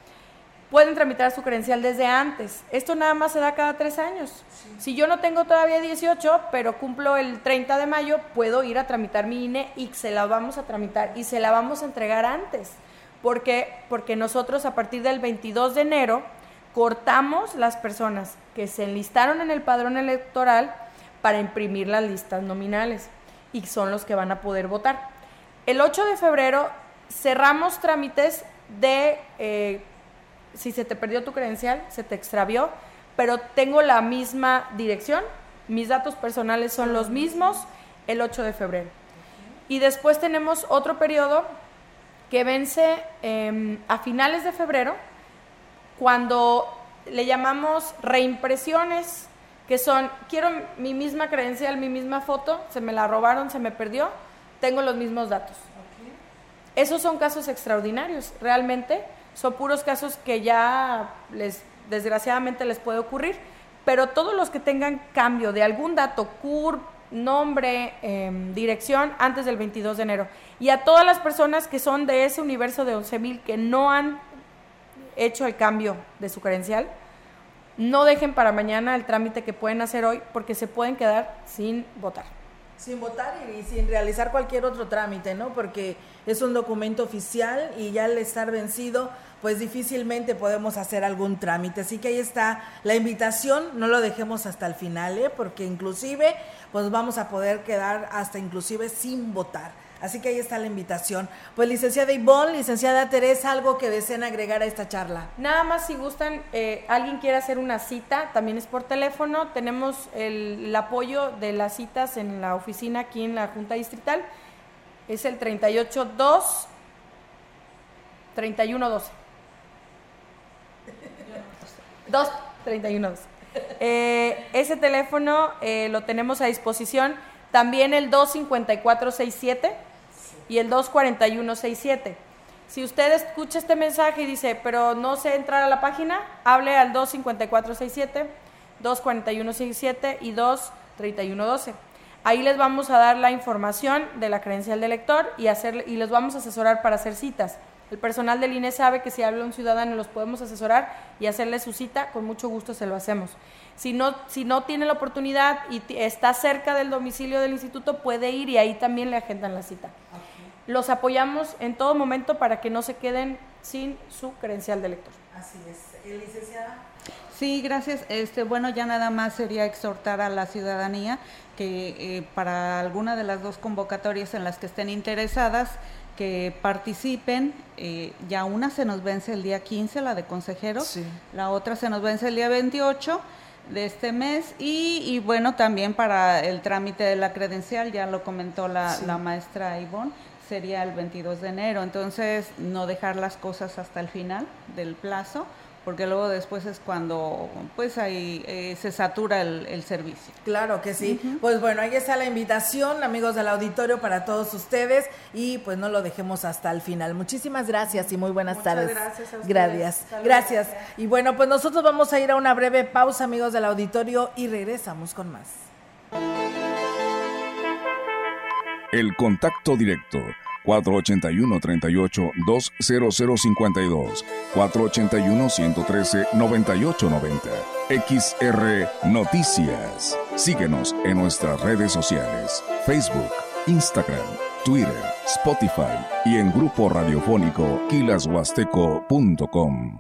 pueden tramitar su credencial desde antes. Esto nada más se da cada tres años. Sí. Si yo no tengo todavía dieciocho, pero cumplo el treinta de mayo, puedo ir a tramitar mi I N E y se la vamos a tramitar y se la vamos a entregar antes. ¿Por qué? Porque nosotros a partir del veintidós de enero cortamos las personas que se enlistaron en el padrón electoral para imprimir las listas nominales y son los que van a poder votar. El ocho de febrero cerramos trámites de, eh, si se te perdió tu credencial, se te extravió, pero tengo la misma dirección, mis datos personales son los mismos, el ocho de febrero. Y después tenemos otro periodo que vence eh, a finales de febrero, cuando le llamamos reimpresiones, que son, quiero mi misma credencial, mi misma foto, se me la robaron, se me perdió, tengo los mismos datos. Okay. Esos son casos extraordinarios, realmente, son puros casos que ya les, desgraciadamente les puede ocurrir, pero todos los que tengan cambio de algún dato, C U R P, nombre, eh, dirección, antes del veintidós de enero. Y a todas las personas que son de ese universo de once mil que no han hecho el cambio de su credencial, no dejen para mañana el trámite que pueden hacer hoy, porque se pueden quedar sin votar. Sin votar y, y sin realizar cualquier otro trámite, ¿no? Porque es un documento oficial y ya al estar vencido, pues difícilmente podemos hacer algún trámite. Así que ahí está la invitación, no lo dejemos hasta el final, ¿eh? Porque inclusive, pues vamos a poder quedar hasta inclusive sin votar. Así que ahí está la invitación. Pues licenciada Ivonne, licenciada Teresa, ¿algo que deseen agregar a esta charla? Nada más, si gustan, eh, alguien quiere hacer una cita, también es por teléfono. Tenemos el, el apoyo de las citas en la oficina aquí en la Junta Distrital. Es el treinta y ocho dos, treinta y uno doce. dos, treinta y uno doce. Eh, ese teléfono eh, lo tenemos a disposición. También el dos cincuenta y cuatro sesenta y siete y el dos cuarenta y uno sesenta y siete. Si usted escucha este mensaje y dice, pero no sé entrar a la página, hable al dos cincuenta y cuatro sesenta y siete, dos cuarenta y uno sesenta y siete y dos treinta y uno doce. Ahí les vamos a dar la información de la credencial de elector y, hacer, y les vamos a asesorar para hacer citas. El personal del I N E sabe que si habla un ciudadano los podemos asesorar y hacerle su cita, con mucho gusto se lo hacemos. Si no, si no tiene la oportunidad y t- está cerca del domicilio del instituto, puede ir y ahí también le agendan la cita. Okay. Los apoyamos en todo momento para que no se queden sin su credencial de elector. Así es. ¿Eh, licenciada? Sí, gracias. Este, bueno, ya nada más sería exhortar a la ciudadanía que eh, para alguna de las dos convocatorias en las que estén interesadas, que participen. Eh, ya una se nos vence el día quince, la de consejeros, sí. La otra se nos vence el día veintiocho de este mes y, y bueno, también para el trámite de la credencial, ya lo comentó la, sí. la maestra Ivonne, sería el veintidós de enero, entonces no dejar las cosas hasta el final del plazo, porque luego después es cuando pues ahí eh, se satura el, el servicio. Claro que sí. Uh-huh. Pues bueno, ahí está la invitación, amigos del auditorio, para todos ustedes, y pues no lo dejemos hasta el final. Muchísimas gracias y muy buenas Muchas tardes. Gracias a ustedes. Gracias. Gracias. Y bueno, pues nosotros vamos a ir a una breve pausa, amigos del auditorio, y regresamos con más. El contacto directo cuatro ochenta y uno, treinta y ocho, dos cero cero cincuenta y dos, cuatro ochenta y uno, ciento trece, noventa y ocho noventa. X R Noticias. Síguenos en nuestras redes sociales: Facebook, Instagram, Twitter, Spotify y en grupo radiofónico quilas huasteco punto com.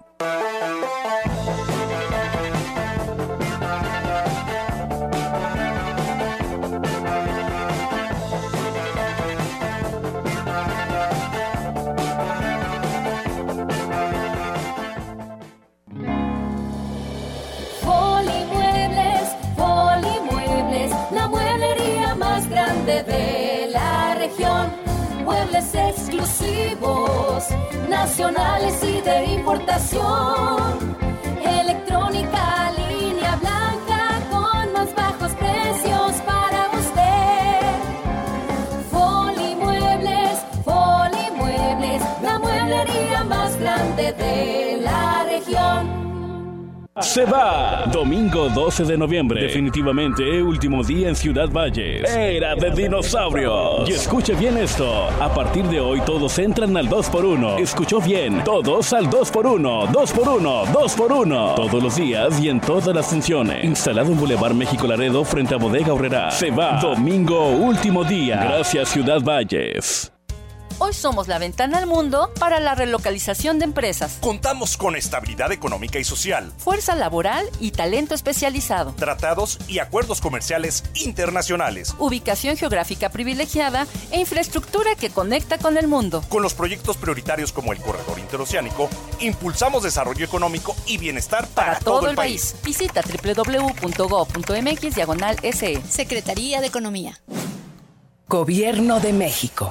De la región, muebles exclusivos, nacionales y de importación, electrónica, línea blanca con más bajos precios para usted. Folimuebles, Folimuebles, la mueblería más grande de la región. Se va. Domingo doce de noviembre. Definitivamente último día en Ciudad Valles. Era de dinosaurios. Y escuche bien esto. A partir de hoy todos entran al dos por uno. Escuchó bien. Todos al dos por uno. dos por uno. dos por uno. Todos los días y en todas las funciones. Instalado en Boulevard México Laredo frente a Bodega Aurrerá. Se va. Domingo último día. Gracias Ciudad Valles. Hoy somos la ventana al mundo para la relocalización de empresas. Contamos con estabilidad económica y social, fuerza laboral y talento especializado, tratados y acuerdos comerciales internacionales, ubicación geográfica privilegiada e infraestructura que conecta con el mundo. Con los proyectos prioritarios como el Corredor Interoceánico, impulsamos desarrollo económico y bienestar para, para todo, todo el país. país. Visita doble u doble u doble u punto gob punto eme equis diagonal ese e. Secretaría de Economía. Gobierno de México.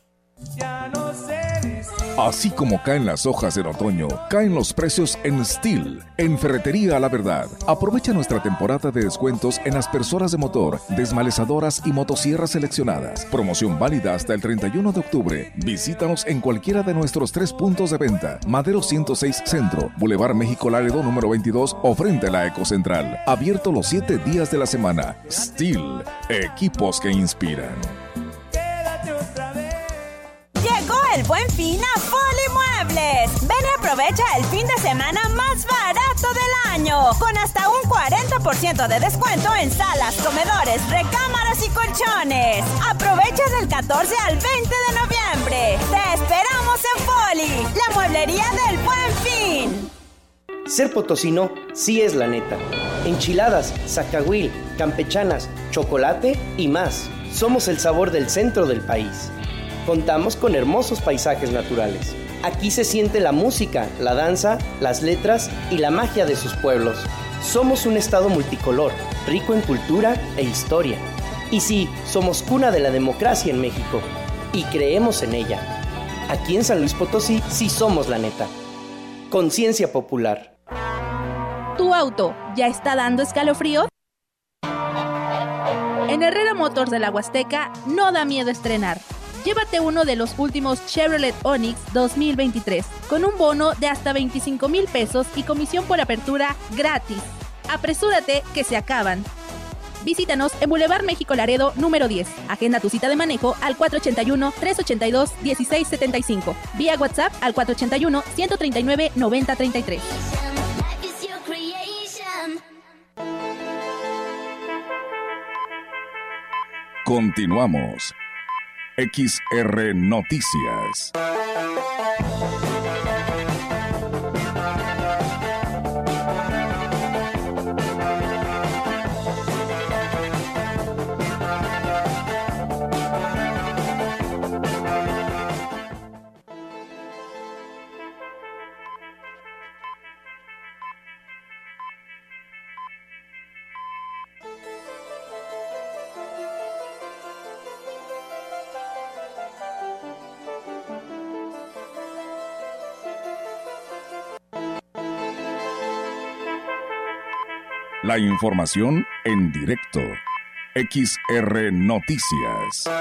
Así como caen las hojas en otoño, caen los precios en Steel, en Ferretería La Verdad. Aprovecha nuestra temporada de descuentos en aspersoras de motor, desmalezadoras y motosierras seleccionadas. Promoción válida hasta el treinta y uno de octubre. Visítanos en cualquiera de nuestros tres puntos de venta. Madero ciento seis Centro, Boulevard México Laredo número veintidós o frente a la Ecocentral. Abierto los siete días de la semana. Steel, equipos que inspiran. Llegó el Buen Fin a Foli Muebles. Ven y aprovecha el fin de semana más barato del año, con hasta un cuarenta por ciento de descuento en salas, comedores, recámaras y colchones. Aprovecha del catorce al veinte de noviembre. Te esperamos en Foli, la mueblería del Buen Fin. Ser potosino sí es la neta. Enchiladas, zacahuil, campechanas, chocolate y más. Somos el sabor del centro del país. Contamos con hermosos paisajes naturales. Aquí se siente la música, la danza, las letras y la magia de sus pueblos. Somos un estado multicolor, rico en cultura e historia. Y sí, somos cuna de la democracia en México. Y creemos en ella. Aquí en San Luis Potosí sí somos la neta. Conciencia popular. ¿Tu auto ya está dando escalofrío? En Herrera Motors de la Huasteca no da miedo estrenar. Llévate uno de los últimos Chevrolet Onix dos mil veintitrés con un bono de hasta veinticinco mil pesos y comisión por apertura gratis. Apresúrate que se acaban. Visítanos en Boulevard México Laredo número diez. Agenda tu cita de manejo al cuatro ochenta y uno, tres ochenta y dos, dieciséis setenta y cinco. Vía WhatsApp al cuatro ochenta y uno, ciento treinta y nueve, noventa treinta y tres. Continuamos. X R Noticias. La información en directo. X R Noticias.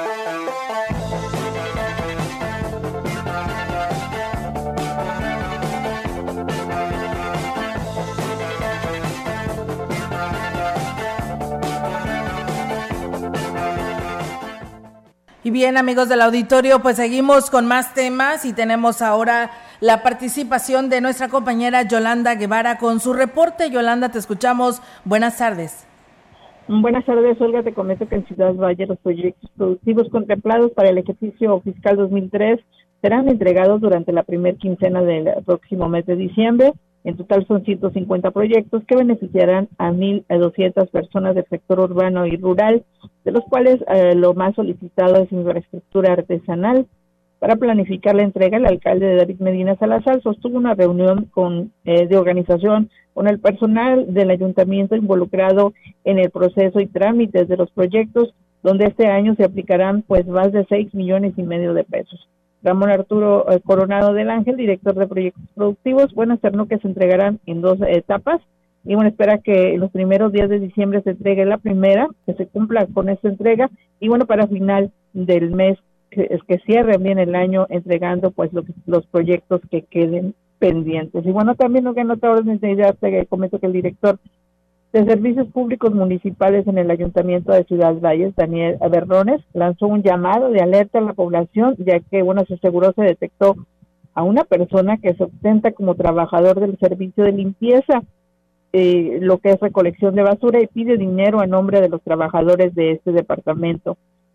Y bien, amigos del auditorio, pues seguimos con más temas y tenemos ahora la participación de nuestra compañera Yolanda Guevara con su reporte. Yolanda, te escuchamos. Buenas tardes. Buenas tardes, Olga. Te comento que en Ciudad Valle los proyectos productivos contemplados para el ejercicio fiscal dos mil tres serán entregados durante la primer quincena del próximo mes de diciembre. En total son ciento cincuenta proyectos que beneficiarán a mil doscientas personas del sector urbano y rural, de los cuales eh, lo más solicitado es infraestructura artesanal. Para planificar la entrega, el alcalde David Medina Salazar sostuvo una reunión con eh, de organización con el personal del ayuntamiento involucrado en el proceso y trámites de los proyectos, donde este año se aplicarán pues más de seis millones y medio de pesos. Ramón Arturo eh, Coronado del Ángel, director de proyectos productivos, bueno, externó que se entregarán en dos etapas y bueno, espera que en los primeros días de diciembre se entregue la primera, que se cumpla con esta entrega y bueno, para final del mes que, que cierren bien el año entregando pues lo, los proyectos que queden pendientes. Y bueno, también lo que en otra orden de ideas te comento que el director de Servicios Públicos Municipales en el Ayuntamiento de Ciudad Valles, Daniel Berrones, lanzó un llamado de alerta a la población, ya que, bueno, se aseguró se detectó a una persona que se ostenta como trabajador del servicio de limpieza, eh, lo que es recolección de basura, y pide dinero a nombre de los trabajadores de este departamento.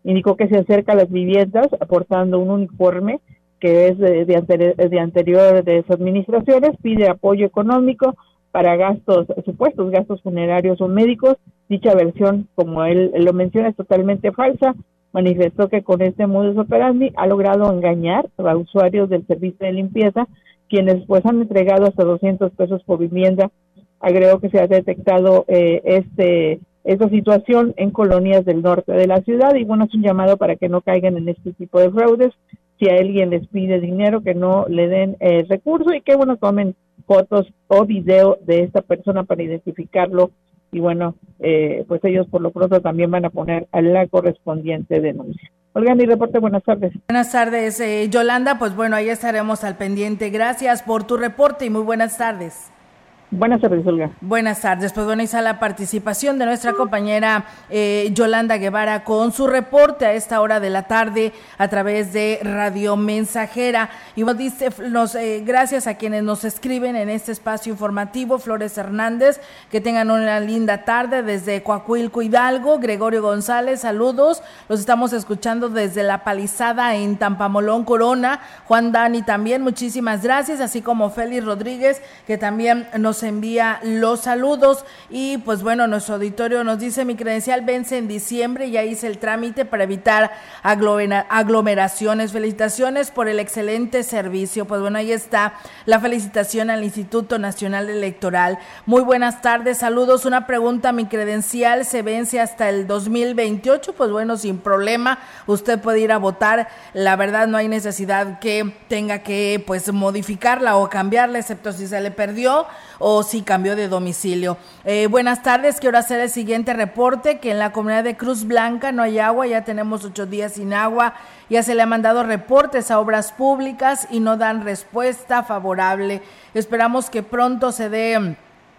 Indicó que se acerca a las viviendas aportando un uniforme que es de, de, anteri- de anterior de esas administraciones, pide apoyo económico para gastos, supuestos gastos funerarios o médicos. Dicha versión, como él, él lo menciona, es totalmente falsa. Manifestó que con este modus operandi ha logrado engañar a usuarios del servicio de limpieza, quienes pues han entregado hasta doscientos pesos por vivienda. Agregó que se ha detectado eh, este esta situación en colonias del norte de la ciudad y bueno, es un llamado para que no caigan en este tipo de fraudes. Si a alguien les pide dinero, que no le den eh, recurso y que bueno, tomen fotos o video de esta persona para identificarlo y bueno, eh, pues ellos por lo pronto también van a poner a la correspondiente denuncia. Olga, mi reporte, buenas tardes. Buenas tardes, eh, Yolanda, pues bueno, ahí estaremos al pendiente. Gracias por tu reporte y muy buenas tardes. Buenas tardes, Olga. Buenas tardes. Pues bueno, ahí está la participación de nuestra compañera eh, Yolanda Guevara con su reporte a esta hora de la tarde a través de Radio Mensajera. Y nos dice, nos, eh, gracias a quienes nos escriben en este espacio informativo. Flores Hernández, que tengan una linda tarde desde Coahuilco, Hidalgo. Gregorio González, saludos. Los estamos escuchando desde La Palizada en Tampamolón, Corona. Juan Dani también, muchísimas gracias. Así como Félix Rodríguez, que también nos envía los saludos. Y pues bueno, nuestro auditorio nos dice: mi credencial vence en diciembre, ya hice el trámite para evitar aglomera- aglomeraciones. Felicitaciones por el excelente servicio. Pues bueno, ahí está la felicitación al Instituto Nacional Electoral. Muy buenas tardes, saludos. Una pregunta: mi credencial se vence hasta el dos mil veintiocho. Pues bueno, sin problema, usted puede ir a votar. La verdad, no hay necesidad que tenga que pues modificarla o cambiarla, excepto si se le perdió o si cambió de domicilio. Eh, buenas tardes, quiero hacer el siguiente reporte, que en la comunidad de Cruz Blanca no hay agua, ya tenemos ocho días sin agua, ya se le han mandado reportes a obras públicas y no dan respuesta favorable. Esperamos que pronto se dé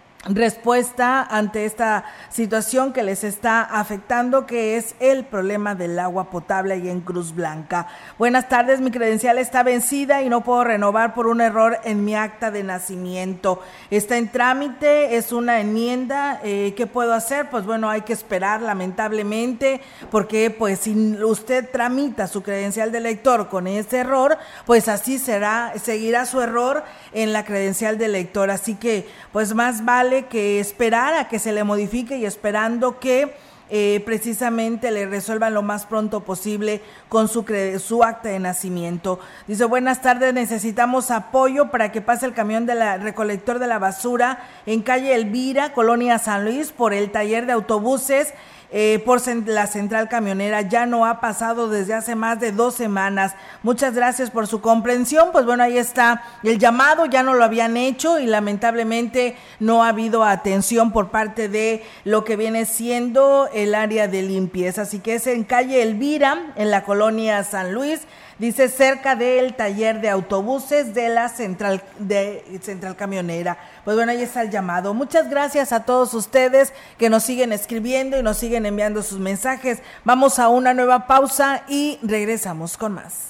respuesta ante esta situación que les está afectando, que es el problema del agua potable ahí en Cruz Blanca. Buenas tardes, mi credencial está vencida y no puedo renovar por un error en mi acta de nacimiento. Está en trámite, es una enmienda, eh, ¿qué puedo hacer? Pues bueno, hay que esperar lamentablemente, porque pues si usted tramita su credencial de elector con ese error, pues así será, seguirá su error en la credencial de elector, así que pues más vale que esperar a que se le modifique y esperando que eh, precisamente le resuelvan lo más pronto posible con su, cre- su acta de nacimiento. Dice: buenas tardes, necesitamos apoyo para que pase el camión de la recolector de la basura en calle Elvira, Colonia San Luis, por el taller de autobuses. Eh, por la central camionera, ya no ha pasado desde hace más de dos semanas. Muchas gracias por su comprensión. Pues bueno, ahí está el llamado, ya no lo habían hecho y lamentablemente no ha habido atención por parte de lo que viene siendo el área de limpieza. Así que es en calle Elvira, en la colonia San Luis, dice, cerca del taller de autobuses de la central de central camionera. Pues bueno, ahí está el llamado. Muchas gracias a todos ustedes que nos siguen escribiendo y nos siguen enviando sus mensajes. Vamos a una nueva pausa y regresamos con más.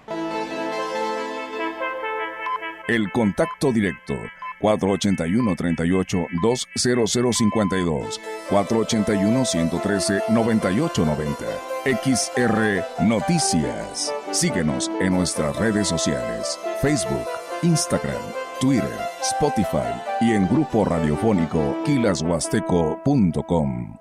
El contacto directo cuatro ochenta y uno, treinta y ocho, dos cero cero cincuenta y dos, cuatro ochenta y uno, ciento trece, noventa y ocho noventa. X R Noticias. Síguenos en nuestras redes sociales: Facebook, Instagram, Twitter, Spotify y en grupo radiofónico quilas huasteco punto com.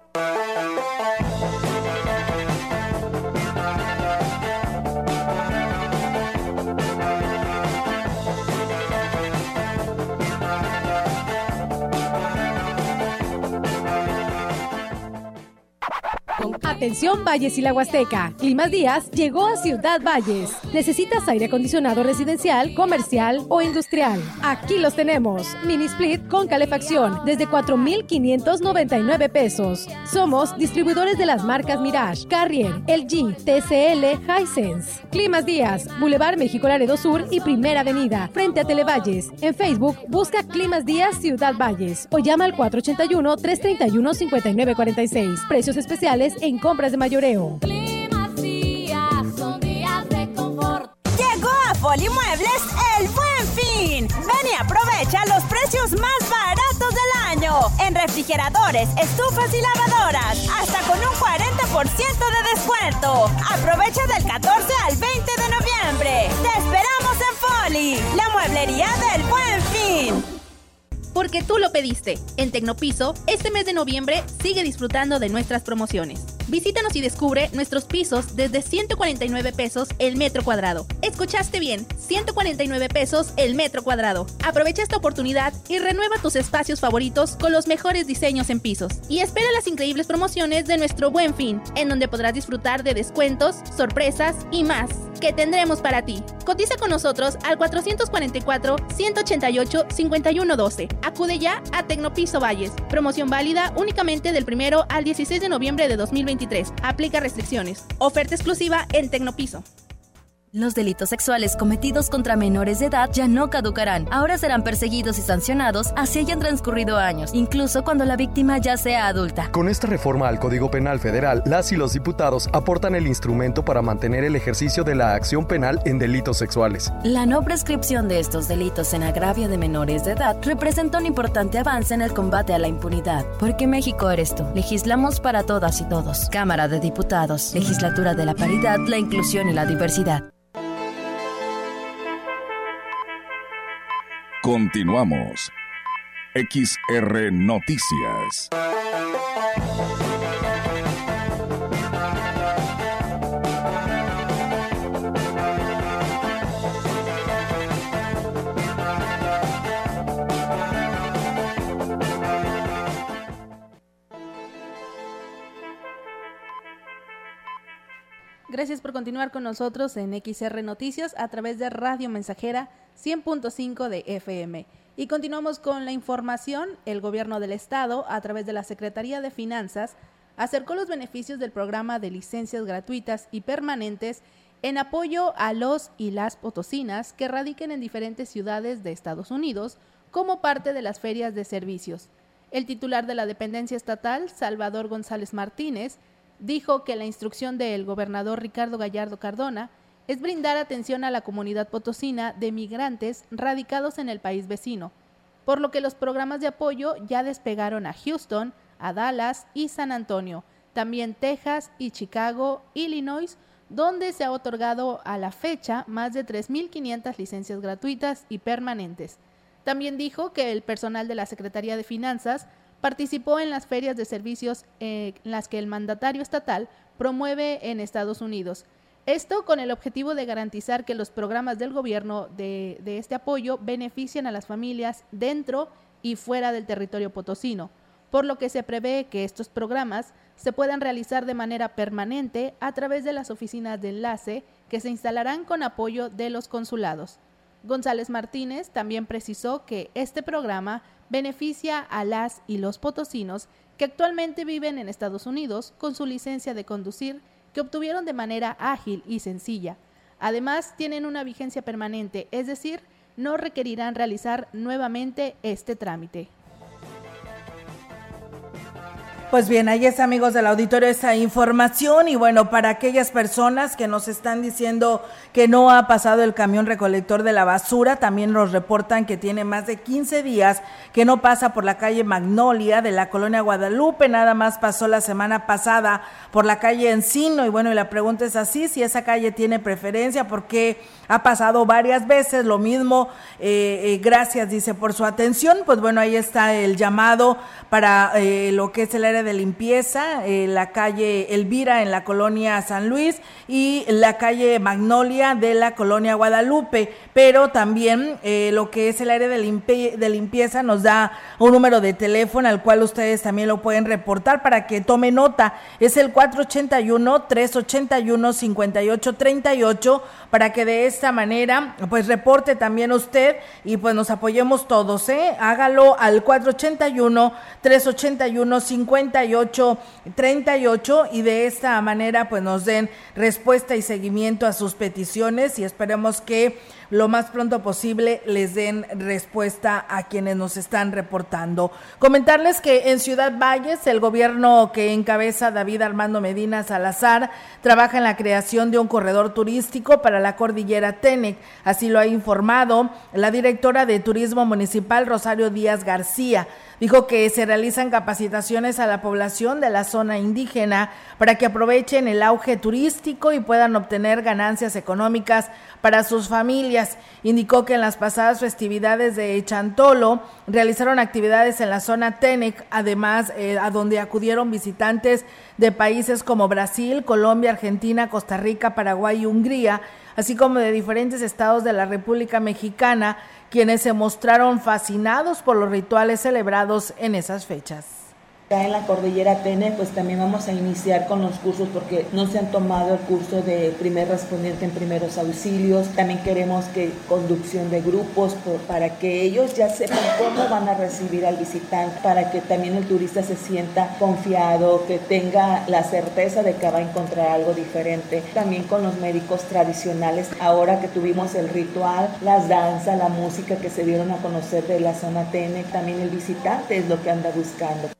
Atención Valles y la Huasteca. Climas Díaz llegó a Ciudad Valles. ¿Necesitas aire acondicionado residencial, comercial o industrial? Aquí los tenemos. Mini split con calefacción desde cuatro mil quinientos noventa y nueve pesos. Somos distribuidores de las marcas Mirage, Carrier, L G, T C L, Hisense. Climas Díaz, Boulevard México Laredo Sur y Primera Avenida, frente a Televalles. En Facebook, busca Climas Díaz Ciudad Valles o llama al cuatro ochenta y uno, tres treinta y uno, cincuenta y nueve cuarenta y seis. Precios especiales en compras de mayoreo. Climas Díaz, son días de confort. Llegó a Polimuebles el Buen Fin. Ven y aprovecha los precios más baratos del año. En refrigeradores, estufas y lavadoras, hasta con un cuarenta por ciento de descuento. Aprovecha del catorce al veinte de noviembre. Te esperamos en Foli, la mueblería del Buen Fin. Porque tú lo pediste. En Tecnopiso, este mes de noviembre sigue disfrutando de nuestras promociones. Visítanos y descubre nuestros pisos desde ciento cuarenta y nueve pesos el metro cuadrado. Escuchaste bien, ciento cuarenta y nueve pesos el metro cuadrado. Aprovecha esta oportunidad y renueva tus espacios favoritos con los mejores diseños en pisos. Y espera las increíbles promociones de nuestro Buen Fin, en donde podrás disfrutar de descuentos, sorpresas y más que tendremos para ti. Cotiza con nosotros al cuatrocientos cuarenta y cuatro, ciento ochenta y ocho, cincuenta y uno doce. Acude ya a Tecnopiso Valles. Promoción válida únicamente del primero al dieciséis de noviembre de dos mil veintitrés. Aplica restricciones. Oferta exclusiva en Tecnopiso. Los delitos sexuales cometidos contra menores de edad ya no caducarán. Ahora serán perseguidos y sancionados así hayan transcurrido años, incluso cuando la víctima ya sea adulta. Con esta reforma al Código Penal Federal, las y los diputados aportan el instrumento para mantener el ejercicio de la acción penal en delitos sexuales. La no prescripción de estos delitos en agravio de menores de edad representa un importante avance en el combate a la impunidad. Porque México eres tú. Legislamos para todas y todos. Cámara de Diputados. Legislatura de la Paridad, la Inclusión y la Diversidad. Continuamos. X R Noticias. Gracias por continuar con nosotros en X R Noticias a través de Radio Mensajera cien punto cinco de F M. Y continuamos con la información. El gobierno del estado, a través de la Secretaría de Finanzas, acercó los beneficios del programa de licencias gratuitas y permanentes en apoyo a los y las potosinas que radiquen en diferentes ciudades de Estados Unidos como parte de las ferias de servicios. El titular de la dependencia estatal, Salvador González Martínez, dijo que la instrucción del gobernador Ricardo Gallardo Cardona es brindar atención a la comunidad potosina de migrantes radicados en el país vecino, por lo que los programas de apoyo ya despegaron a Houston, a Dallas y San Antonio, también Texas y Chicago, Illinois, donde se ha otorgado a la fecha más de tres mil quinientas licencias gratuitas y permanentes. También dijo que el personal de la Secretaría de Finanzas participó en las ferias de servicios eh, en las que el mandatario estatal promueve en Estados Unidos. Esto con el objetivo de garantizar que los programas del gobierno de, de este apoyo benefician a las familias dentro y fuera del territorio potosino, por lo que se prevé que estos programas se puedan realizar de manera permanente a través de las oficinas de enlace que se instalarán con apoyo de los consulados. González Martínez también precisó que este programa beneficia a las y los potosinos que actualmente viven en Estados Unidos con su licencia de conducir que obtuvieron de manera ágil y sencilla. Además, tienen una vigencia permanente, es decir, no requerirán realizar nuevamente este trámite. Pues bien, ahí está, amigos del auditorio, esa información. Y bueno, para aquellas personas que nos están diciendo que no ha pasado el camión recolector de la basura, también nos reportan que tiene más de quince días que no pasa por la calle Magnolia de la colonia Guadalupe, nada más pasó la semana pasada por la calle Encino. Y bueno, y la pregunta es así, si esa calle tiene preferencia, porque ha pasado varias veces lo mismo. eh, eh, gracias, dice, por su atención. Pues bueno, ahí está el llamado para eh, lo que es el área de limpieza, eh, la calle Elvira en la colonia San Luis y la calle Magnolia de la colonia Guadalupe, pero también eh, lo que es el área de, limpi- de limpieza nos da un número de teléfono al cual ustedes también lo pueden reportar para que tome nota, es el cuatro ochenta y uno, tres ochenta y uno, cincuenta y ocho treinta y ocho, para que de esta manera pues reporte también usted y pues nos apoyemos todos, ¿eh? Hágalo al cuatro ochenta y uno, tres ochenta y uno, cincuenta y ocho treinta y ocho y de esta manera pues nos den respuesta y seguimiento a sus peticiones y esperemos que lo más pronto posible les den respuesta a quienes nos están reportando. Comentarles que en Ciudad Valles el gobierno que encabeza David Armando Medina Salazar trabaja en la creación de un corredor turístico para la cordillera cordillera Tenec. Así lo ha informado la directora de Turismo Municipal, Rosario Díaz García. Dijo que se realizan capacitaciones a la población de la zona indígena para que aprovechen el auge turístico y puedan obtener ganancias económicas para sus familias. Indicó que en las pasadas festividades de Chantolo realizaron actividades en la zona Tenec, además eh, a donde acudieron visitantes de países como Brasil, Colombia, Argentina, Costa Rica, Paraguay y Hungría, así como de diferentes estados de la República Mexicana, quienes se mostraron fascinados por los rituales celebrados en esas fechas. Acá en la cordillera Tenec, pues también vamos a iniciar con los cursos porque no se han tomado el curso de primer respondiente en primeros auxilios. También queremos que conducción de grupos por, para que ellos ya sepan cómo van a recibir al visitante, para que también el turista se sienta confiado, que tenga la certeza de que va a encontrar algo diferente. También con los médicos tradicionales, ahora que tuvimos el ritual, las danzas, la música que se dieron a conocer de la zona Tenec, también el visitante es lo que anda buscando.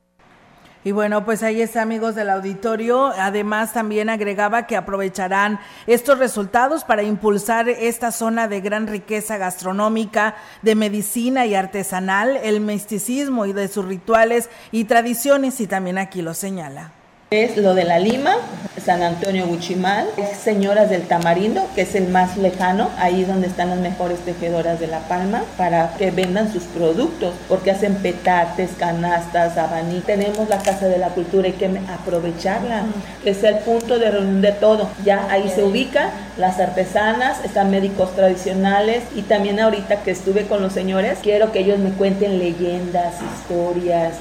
Y bueno, pues ahí está, amigos del auditorio. Además, también agregaba que aprovecharán estos resultados para impulsar esta zona de gran riqueza gastronómica, de medicina y artesanal, el misticismo y de sus rituales y tradiciones, y también aquí lo señala. Es lo de la Lima, San Antonio Guchimal, Señoras del Tamarindo, que es el más lejano, ahí donde están las mejores tejedoras de La Palma, para que vendan sus productos, porque hacen petates, canastas, abanicos. Tenemos la Casa de la Cultura, hay que aprovecharla, que es el punto de reunión de todo. Ya ahí se ubican las artesanas, están médicos tradicionales, y también ahorita que estuve con los señores, quiero que ellos me cuenten leyendas, historias.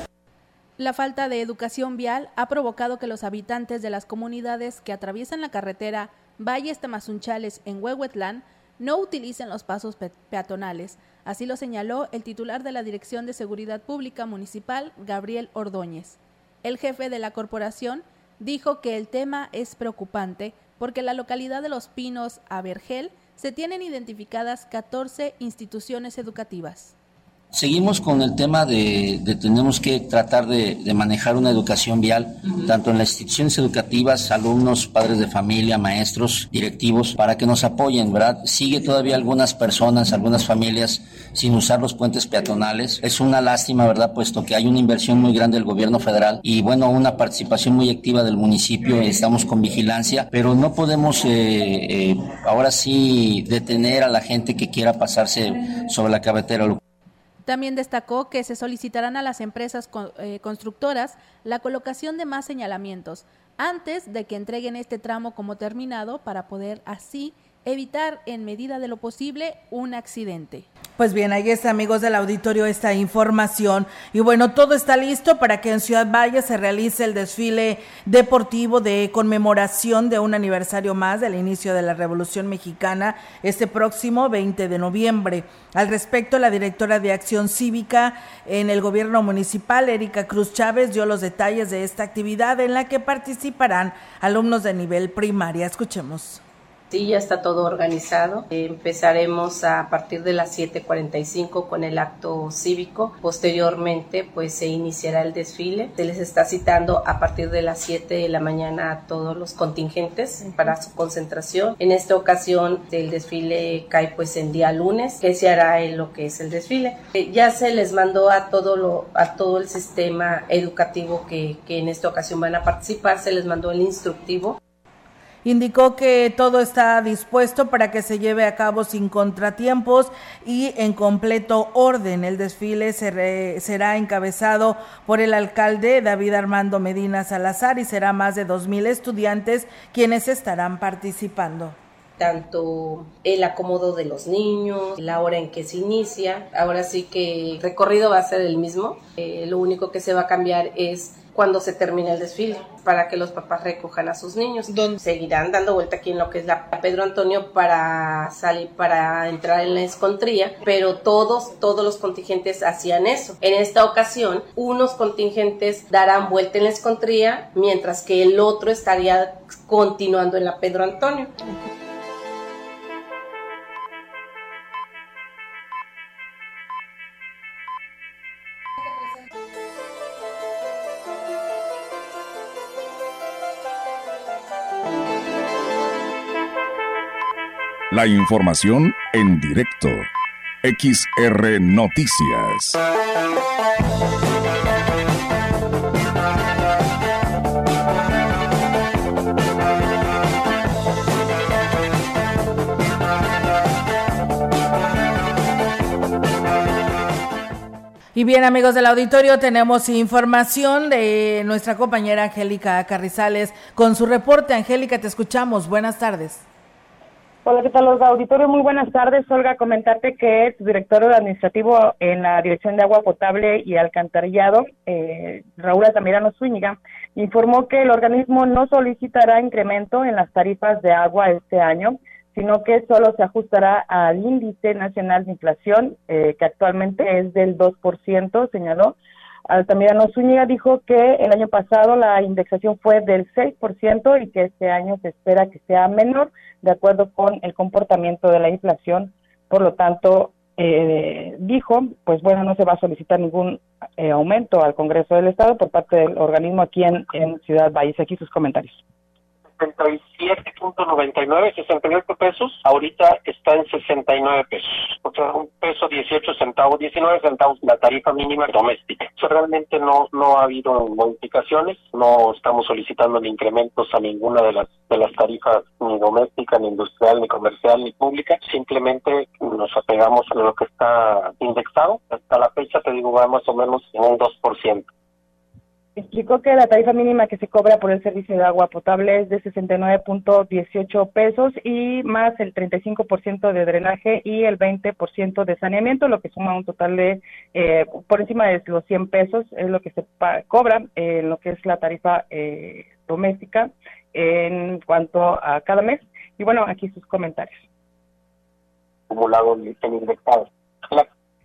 La falta de educación vial ha provocado que los habitantes de las comunidades que atraviesan la carretera Valles Tamazunchales en Huehuetlán no utilicen los pasos pe- peatonales. Así lo señaló el titular de la Dirección de Seguridad Pública Municipal, Gabriel Ordóñez. El jefe de la corporación dijo que el tema es preocupante porque en la localidad de Los Pinos, a Vergel, se tienen identificadas catorce instituciones educativas. Seguimos con el tema de, de tenemos que tratar de, de manejar una educación vial, uh-huh. tanto en las instituciones educativas, alumnos, padres de familia, maestros, directivos, para que nos apoyen, ¿verdad? Sigue todavía algunas personas, algunas familias sin usar los puentes peatonales. Es una lástima, ¿verdad? Puesto que hay una inversión muy grande del gobierno federal y, bueno, una participación muy activa del municipio. Estamos con vigilancia, pero no podemos eh, eh, ahora sí detener a la gente que quiera pasarse sobre la carretera. También destacó que se solicitarán a las empresas eh, constructoras la colocación de más señalamientos antes de que entreguen este tramo como terminado para poder así evitar en medida de lo posible un accidente. Pues bien, ahí está, amigos del auditorio, esta información. Y bueno, todo está listo para que en Ciudad Valles se realice el desfile deportivo de conmemoración de un aniversario más del inicio de la Revolución Mexicana este próximo veinte de noviembre. Al respecto, la directora de Acción Cívica en el gobierno municipal, Erika Cruz Chávez, dio los detalles de esta actividad en la que participarán alumnos de nivel primaria. Escuchemos. Sí, ya está todo organizado. Empezaremos a partir de las siete cuarenta y cinco con el acto cívico. Posteriormente, pues se iniciará el desfile. Se les está citando a partir de las siete de la mañana a todos los contingentes para su concentración. En esta ocasión, el desfile cae pues en día lunes, que se hará en lo que es el desfile. Ya se les mandó a todo lo, a todo el sistema educativo que, que en esta ocasión van a participar, se les mandó el instructivo. Indicó que todo está dispuesto para que se lleve a cabo sin contratiempos y en completo orden. El desfile se re, será encabezado por el alcalde David Armando Medina Salazar y será más de dos mil estudiantes quienes estarán participando. Tanto el acomodo de los niños, la hora en que se inicia, ahora sí que el recorrido va a ser el mismo, eh, lo único que se va a cambiar es cuando se termine el desfile, para que los papás recojan a sus niños. ¿Dónde? Seguirán dando vuelta aquí en lo que es la Pedro Antonio para salir, para entrar en la escontría, pero todos, todos los contingentes hacían eso. En esta ocasión, unos contingentes darán vuelta en la escontría, mientras que el otro estaría continuando en la Pedro Antonio. La información en directo. X R Noticias. Y bien, amigos del auditorio, tenemos información de nuestra compañera Angélica Carrizales con su reporte. Angélica, te escuchamos. Buenas tardes. Hola, ¿qué tal, Olga? Auditorio, muy buenas tardes. Olga, comentarte que el director administrativo en la Dirección de Agua Potable y Alcantarillado, eh, Raúl Altamirano Zúñiga, informó que el organismo no solicitará incremento en las tarifas de agua este año, sino que solo se ajustará al índice nacional de inflación, eh, que actualmente es del dos por ciento, señaló. Altamirano Zúñiga dijo que el año pasado la indexación fue del seis por ciento y que este año se espera que sea menor, de acuerdo con el comportamiento de la inflación. Por lo tanto, eh, dijo, pues bueno, no se va a solicitar ningún eh, aumento al Congreso del Estado por parte del organismo aquí en, en Ciudad Valles. Aquí sus comentarios. sesenta y siete punto noventa y nueve, sesenta y ocho pesos, ahorita está en sesenta y nueve pesos, o sea, un peso dieciocho centavos, diecinueve centavos la tarifa mínima doméstica. O sea, realmente no no ha habido modificaciones, no estamos solicitando ni incrementos a ninguna de las de las tarifas, ni doméstica, ni industrial, ni comercial, ni pública, simplemente nos apegamos a lo que está indexado. Hasta la fecha, te digo, va más o menos en un dos por ciento. Explicó que la tarifa mínima que se cobra por el servicio de agua potable es de sesenta y nueve punto dieciocho pesos y más el treinta y cinco por ciento de drenaje y el veinte por ciento de saneamiento, lo que suma un total de eh, por encima de los cien pesos, es lo que se pa- cobra en eh, lo que es la tarifa eh, doméstica en cuanto a cada mes. Y bueno, aquí sus comentarios. Acumulado en indexado. La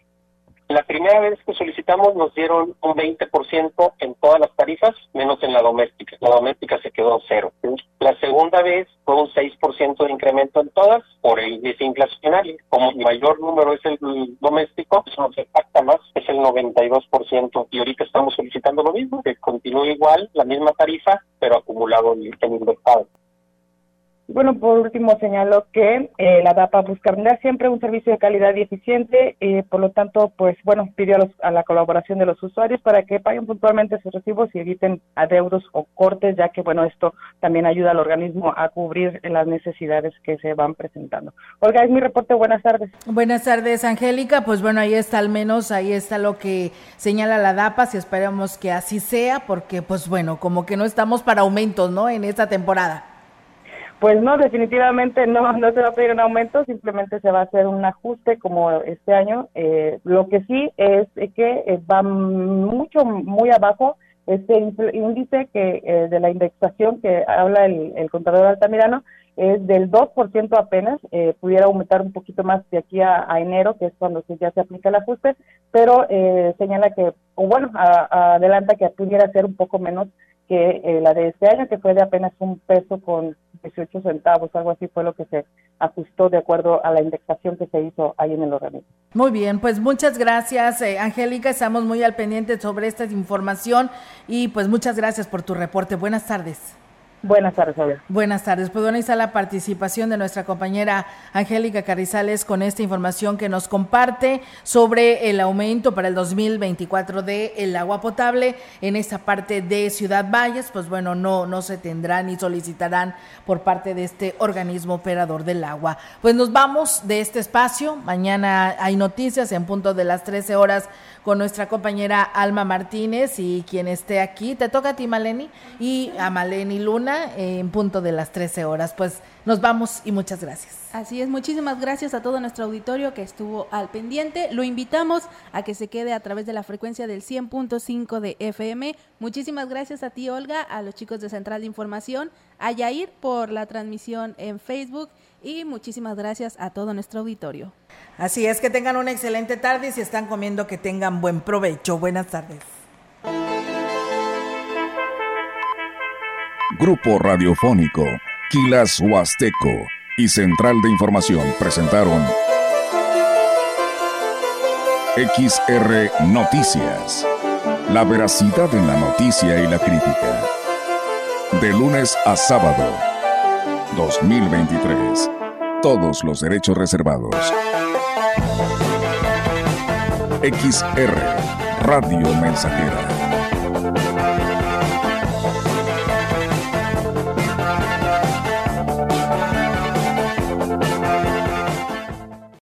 La primera vez que solicitamos nos dieron un veinte por ciento en todas las tarifas, menos en la doméstica. La doméstica se quedó cero. La segunda vez fue un seis por ciento de incremento en todas por el índice inflacionario. Como el mayor número es el doméstico, eso nos impacta más, es el noventa y dos por ciento. Y ahorita estamos solicitando lo mismo, que continúe igual, la misma tarifa, pero acumulado en indexado. Bueno, por último señaló que eh, la D A P A busca brindar siempre un servicio de calidad y eficiente, eh, por lo tanto, pues bueno, pidió a, los, a la colaboración de los usuarios para que paguen puntualmente sus recibos y eviten adeudos o cortes, ya que bueno, esto también ayuda al organismo a cubrir las necesidades que se van presentando. Olga, es mi reporte, buenas tardes. Buenas tardes, Angélica, pues bueno, ahí está al menos, ahí está lo que señala la D A P A, si esperamos que así sea, porque pues bueno, como que no estamos para aumentos, ¿no?, en esta temporada. Pues no, definitivamente no, no se va a pedir un aumento, simplemente se va a hacer un ajuste como este año. Eh, lo que sí es que eh, va mucho, muy abajo este índice que eh, de la indexación que habla el, el contador Altamirano, es del dos por ciento apenas, eh, pudiera aumentar un poquito más de aquí a, a enero, que es cuando se, ya se aplica el ajuste, pero eh, señala que, o bueno, a, a adelanta que pudiera ser un poco menos que eh, la de este año, que fue de apenas un peso con dieciocho centavos, algo así fue lo que se ajustó de acuerdo a la indexación que se hizo ahí en el organismo. Muy bien, pues muchas gracias, eh, Angélica, estamos muy al pendiente sobre esta información y pues muchas gracias por tu reporte. Buenas tardes. Buenas tardes, Javier. Buenas tardes. Pues bueno, ahí está la participación de nuestra compañera Angélica Carrizales con esta información que nos comparte sobre el aumento para el dos mil veinticuatro del agua potable en esta parte de Ciudad Valles. Pues bueno, no, no se tendrán ni solicitarán por parte de este organismo operador del agua. Pues nos vamos de este espacio. Mañana hay noticias en punto de las trece horas con nuestra compañera Alma Martínez y quien esté aquí. Te toca a ti, Maleni, y a Maleni Luna en punto de las trece horas. Pues nos vamos y muchas gracias. Así es, muchísimas gracias a todo nuestro auditorio que estuvo al pendiente. Lo invitamos a que se quede a través de la frecuencia del cien punto cinco de F M. Muchísimas gracias a ti, Olga, a los chicos de Central de Información, a Yair por la transmisión en Facebook y muchísimas gracias a todo nuestro auditorio. Así es, que tengan una excelente tarde y si están comiendo que tengan buen provecho. Buenas tardes. Grupo Radiofónico Quilas Huasteco y Central de Información presentaron X R Noticias. La veracidad en la noticia y la crítica. De lunes a sábado, dos mil veintitrés. Todos los derechos reservados. X R Radio Mensajera.